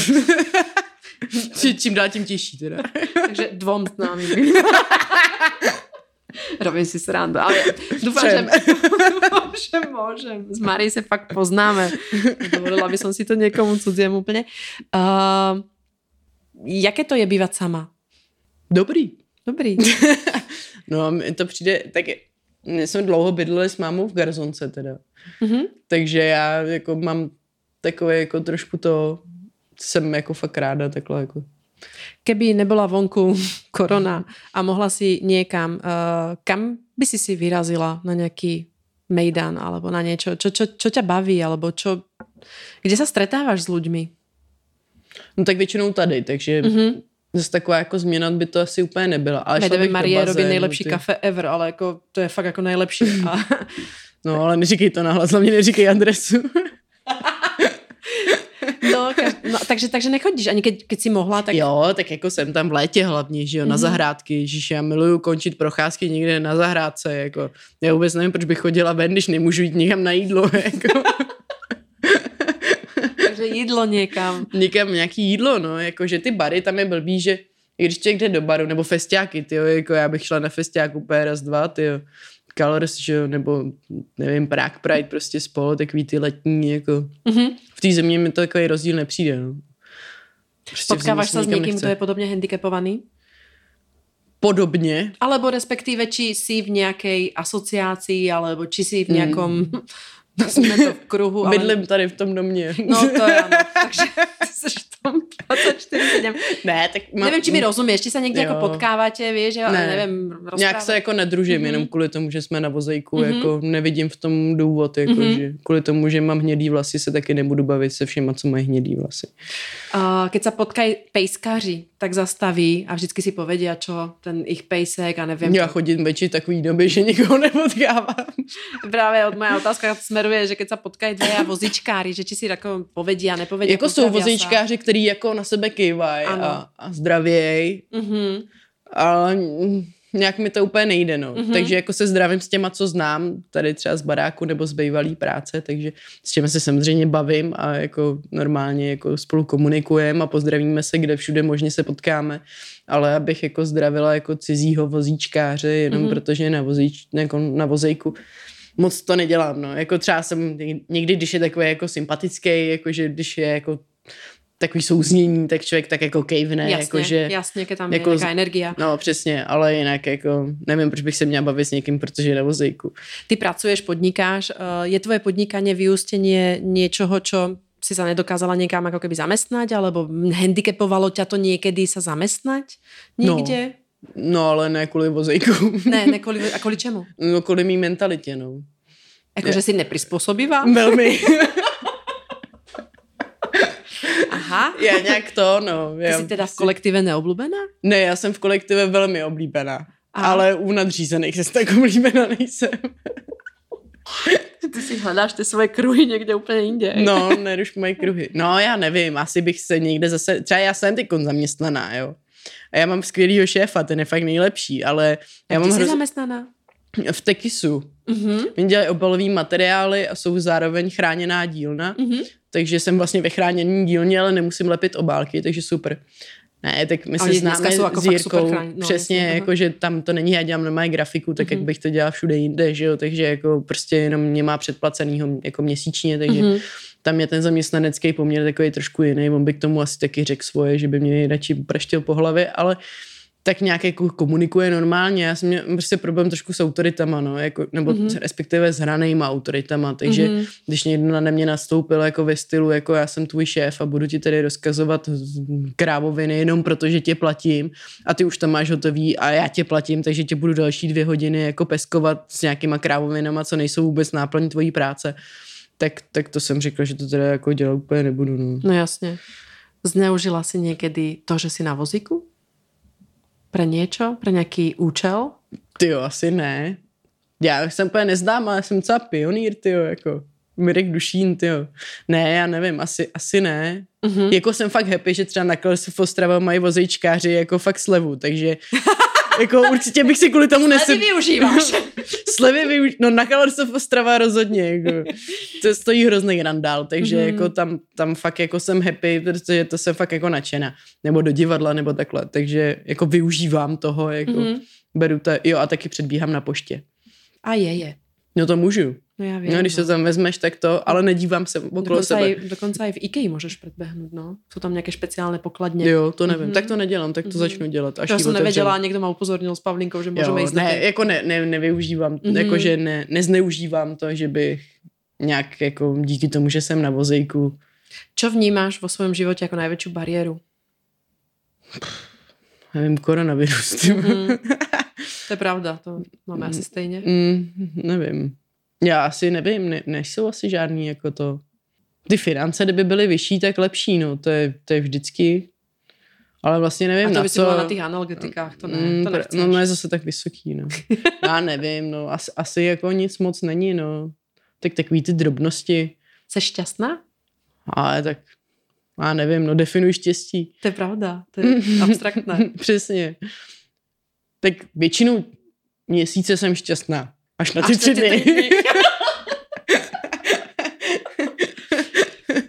Čím dál tím těžší, teda. Takže dvom známým. Robím si srandu, ale dúfam, že, dúfam, že môžem. S Marí sa fakt poznáme. Dovolila by som si to niekomu cudziemu úplne. Uh, jaké to je bývať sama? Dobrý. Dobrý. No a mi to přijde, tak my jsme dlouho bydleli s mámou v garzonce teda. Mm-hmm. Takže já jako mám takové jako trošku to, jsem jako fakt ráda takhle jako. Keby nebola vonku korona a mohla si niekam, uh, kam by si si vyrazila na nejaký mejdan alebo na niečo, čo, čo, čo ťa baví, alebo čo, kde sa stretávaš s ľuďmi? No tak většinou tady, takže mm-hmm. zase taková jako změna by to asi úplně nebyla. Ale Medeve Marie robí nejlepší ty... kafe ever, ale jako, to je fakt jako nejlepší. A... No ale neříkej to nahlas, hlavně neříkej adresu. No, kaž... no takže, takže nechodíš, ani keď, keď si mohla, tak... Jo, tak jako jsem tam v létě hlavně, že jo, mm-hmm. na zahrádky, ježiš, já miluju končit procházky někde na zahrádce, jako, já vůbec nevím, proč bych chodila ven, když nemůžu jít někam na jídlo, jako. Takže že jídlo někam. Někam nějaký jídlo, no, jakože ty bary, tam je blbý, že když člověk jde do baru, nebo festiáky, tyjo, jako já bych šla na festiák úplně raz, dva, tyjo, Colors, že jo, nebo nevím, Prague Pride, prostě spolu, takový ty letní, jako mm-hmm. v té země mi to takový rozdíl nepřijde, no. Prostě potkáváš se s někým, kdo je podobně handicapovaný? Podobně. Alebo respektíve, či si v nějaké asociaci, alebo či si v nějakom... Mm. Jsme to v kruhu. Ale... Bydlím tady v tom domě. No to je ano, takže ty jsi v tom dvacet čtyři sedm. Ne, tak... Má... Nevím, či mi rozumíš, či se někde jo. jako potkáváte, víš, že ne. nevím, rozprávat. Nějak se jako nedružím, mm-hmm. jenom kvůli tomu, že jsme na vozejku, mm-hmm. jako nevidím v tom důvod, jako mm-hmm. že kvůli tomu, že mám hnědý vlasy, se taky nebudu bavit se všema, co mají hnědý vlasy. Uh, keď se potkají pejskaři, tak zastaví a vždycky si povedia, čo ten ich pejsek a nevím. Já chodím večer takový doby, že nikoho nepotkávám. Právě od moja otázka smeruje, že keď se potkají dvaja vozičkári, že či si jako povedia, nepovedia. Jako jsou vozičkáři, kteří jako na sebe kývají a, a zdravěj. Mm-hmm. Ale nějak mi to úplně nejde, no. Mm-hmm. Takže jako se zdravím s těma, co znám, tady třeba z baráku nebo z bývalý práce, takže s těma se samozřejmě bavím a jako normálně jako spolu komunikujeme a pozdravíme se, kde všude možně se potkáme, ale abych jako zdravila jako cizího vozíčkáře, jenom mm-hmm. protože je na, vozíč, jako na vozejku, moc to nedělám, no. Jako třeba jsem někdy, když je takový jako sympatický, jakože když je jako takový souznění, tak člověk tak jako kejvne. Jasně, jako, že, jasně, keď tam jako, je nějaká energia. No přesně, ale jinak jako nevím, proč bych se měla bavit s někým, protože je na vozejku. Ty pracuješ, podnikáš, je tvoje podnikanie vyústenie niečoho, čo si sa nedokázala niekam ako keby zamestnať, alebo handicapovalo ťa to niekedy sa zamestnať niekde? No, no ale ne kvůli vozejku. Ne, ne kvůli, a kvůli čemu? No kvůli mý mentalitě, no. Jakože jsi neprizpůsobivá? Velmi. Aha. Já nějak to, no. Ty jsi teda v kolektive neoblíbená? Ne, já jsem v kolektive velmi oblíbená. Aha. Ale u nadřízených se tak oblíbená nejsem. Ty si hledáš ty svoje kruhy někde úplně jinde. No, neruš moje kruhy. No, já nevím, asi bych se někde zase... Třeba já jsem teď zaměstnaná, jo. A já mám skvělýho šéfa, ten je fakt nejlepší, ale... A já ty mám jsi hroz... zaměstnaná? V Tekisu. Uh-huh. Oni dělají obalový materiály a jsou zároveň chráněná dílna, uh-huh. takže jsem vlastně ve chráněný dílně, ale nemusím lepit obálky, takže super. Ne, tak my se známe jako s Jirkou, no, přesně, jasně, jako, že tam to není, já dělám normální grafiku, tak uh-huh. jak bych to dělal všude jinde, že jo, takže jako prostě jenom mě má předplacenýho jako měsíčně, takže uh-huh. tam je ten zaměstnanecký poměr takový trošku jiný, on by k tomu asi taky řekl svoje, že by mě radši praštil po hlavě, ale tak nějak jako komunikuje normálně. Já jsem měl prostě problém trošku s autoritama, no, jako, nebo mm-hmm. respektive s hranejma autoritama, takže mm-hmm. když někdo na mě nastoupil jako ve stylu, jako já jsem tvůj šéf a budu ti tady rozkazovat krávoviny jenom protože tě platím a ty už tam máš hotový a já tě platím, takže tě budu další dvě hodiny jako peskovat s nějakýma krávovinama, co nejsou vůbec náplň tvojí práce, tak, tak to jsem řekla, že to teda jako dělat úplně nebudu, no. No jasně. Zneužila si někdy to, že jsi na vozíku? Pre niečo? Pre nejaký účel? Tyjo, asi ne. Já jsem úplně neznám, ale jsem docela pionýr, tyjo, jako Mirek Dušín, tyjo. Ne, já nevím, asi, asi ne. Uh-huh. Jako jsem fakt happy, že třeba na Colors Ostrava mají vozejčkáři jako fakt slevu, takže jako určitě bych si kvůli tomu nesem... Slevy využíváš. Slevy využíváš, no na Colors Ostrava rozhodně, jako. To stojí hrozný randál, takže mm-hmm. jako tam, tam fakt jako jsem happy, protože to jsem fakt jako nadšená. Nebo do divadla, nebo takhle, takže jako využívám toho, jako mm-hmm. beru to, jo a taky předbíhám na poště. A je, je. No to můžu. No já vím, no, když no. se tam vezmeš, tak to, ale nedívám se okolo dokonca sebe. Aj, dokonca i v IKEA můžeš předběhnout, no. Jsou tam nějaké speciální pokladně. Jo, to nevím. Mm-hmm. Tak to nedělám, tak to mm-hmm. začnu dělat. Až to jsem nevěděla a někdo má upozornil s Pavlinkou, že můžeme jo, jít. Ne, jako ne, ne, nevyužívám, mm-hmm. jakože ne, nezneužívám to, že bych nějak jako díky tomu, že jsem na vozejku. Čo vnímáš vo svém životě jako největší bariéru? Nevím, koronavirus. Mm-hmm. To je pravda, to máme asi stejně. Mm, nevím. Já asi nevím, ne, nejsou asi žádný jako to. Ty finance, kdyby byly vyšší, tak lepší, no, to je, to je vždycky. Ale vlastně nevím, na co. A to by si byla na těch analgetikách, to ne, to nechceš. No, ne zase tak vysoký, no. Já nevím, no, asi, asi jako nic moc není, no. Tak takový ty drobnosti. Jsi šťastná? Ale tak, já nevím, no, definuj štěstí. To je pravda, to je abstraktné. Přesně. Tak většinu měsíce jsem šťastná. Až na ty tři dny.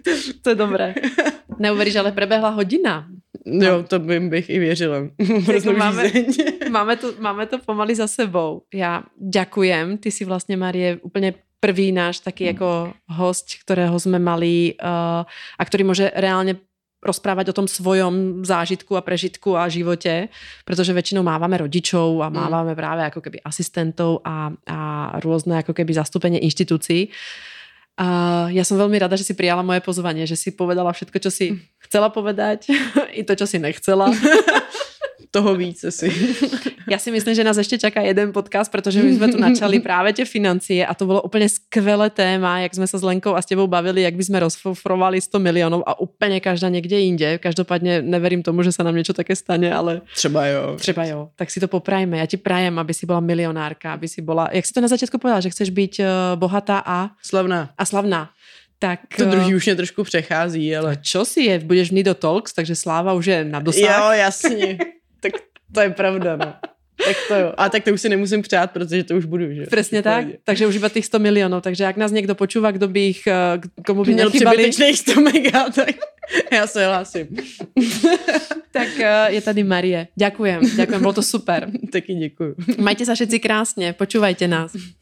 To je dobré. Neuveríš, ale prebehla hodina. Jo, to bym bych i věřila. Jako máme, máme, to, máme to pomaly za sebou. Já ďakujem. Ty si vlastně, Marie, úplně prvý náš taký jako host, ktorého sme mali uh, a ktorý môže reálne rozprávať o tom svojom zážitku a prežitku a živote, pretože väčšinou mávame rodičov a mávame práve ako keby asistentov a, a rôzne ako keby zastúpenie inštitúcií. A ja som veľmi rada, že si prijala moje pozvanie, že si povedala všetko, čo si chcela povedať i to, čo si nechcela. Toho více si. Ja si myslím, že nás ešte čaká jeden podcast, pretože my sme tu načali práve tie financie a to bolo úplne skvelé téma, jak sme sa s Lenkou a s tebou bavili, jak by sme rozfofrovali sto miliónov a úplne každá niekde inde. Každopádne neverím tomu, že sa nám niečo také stane, ale... Třeba jo. Třeba jo. Tak si to poprajme. Ja ti prajem, aby si bola milionárka, aby si bola... Jak si to na začiatku povedala, že chceš byť bohatá a... Slavná. A slavná. Tak, to druhý už mě trošku přechází, ale... Čo si je? Budeš v Nido Talks, takže sláva už je na dosah. Jo, jasně. Tak to je pravda, no. Tak to jo. A tak to už si nemusím přát, protože to už budu, že? Presne tak. Takže už iba tých sto miliónov. Takže ak nás niekto počúva, kdo by ich, komu by měl nechybali... přebytečných sto mega, tak já se hlásím. Tak je tady Marie. Ďakujem. Ďakujem, bolo to super. Taky děkuju. Majte sa všetci krásne. Počúvajte nás.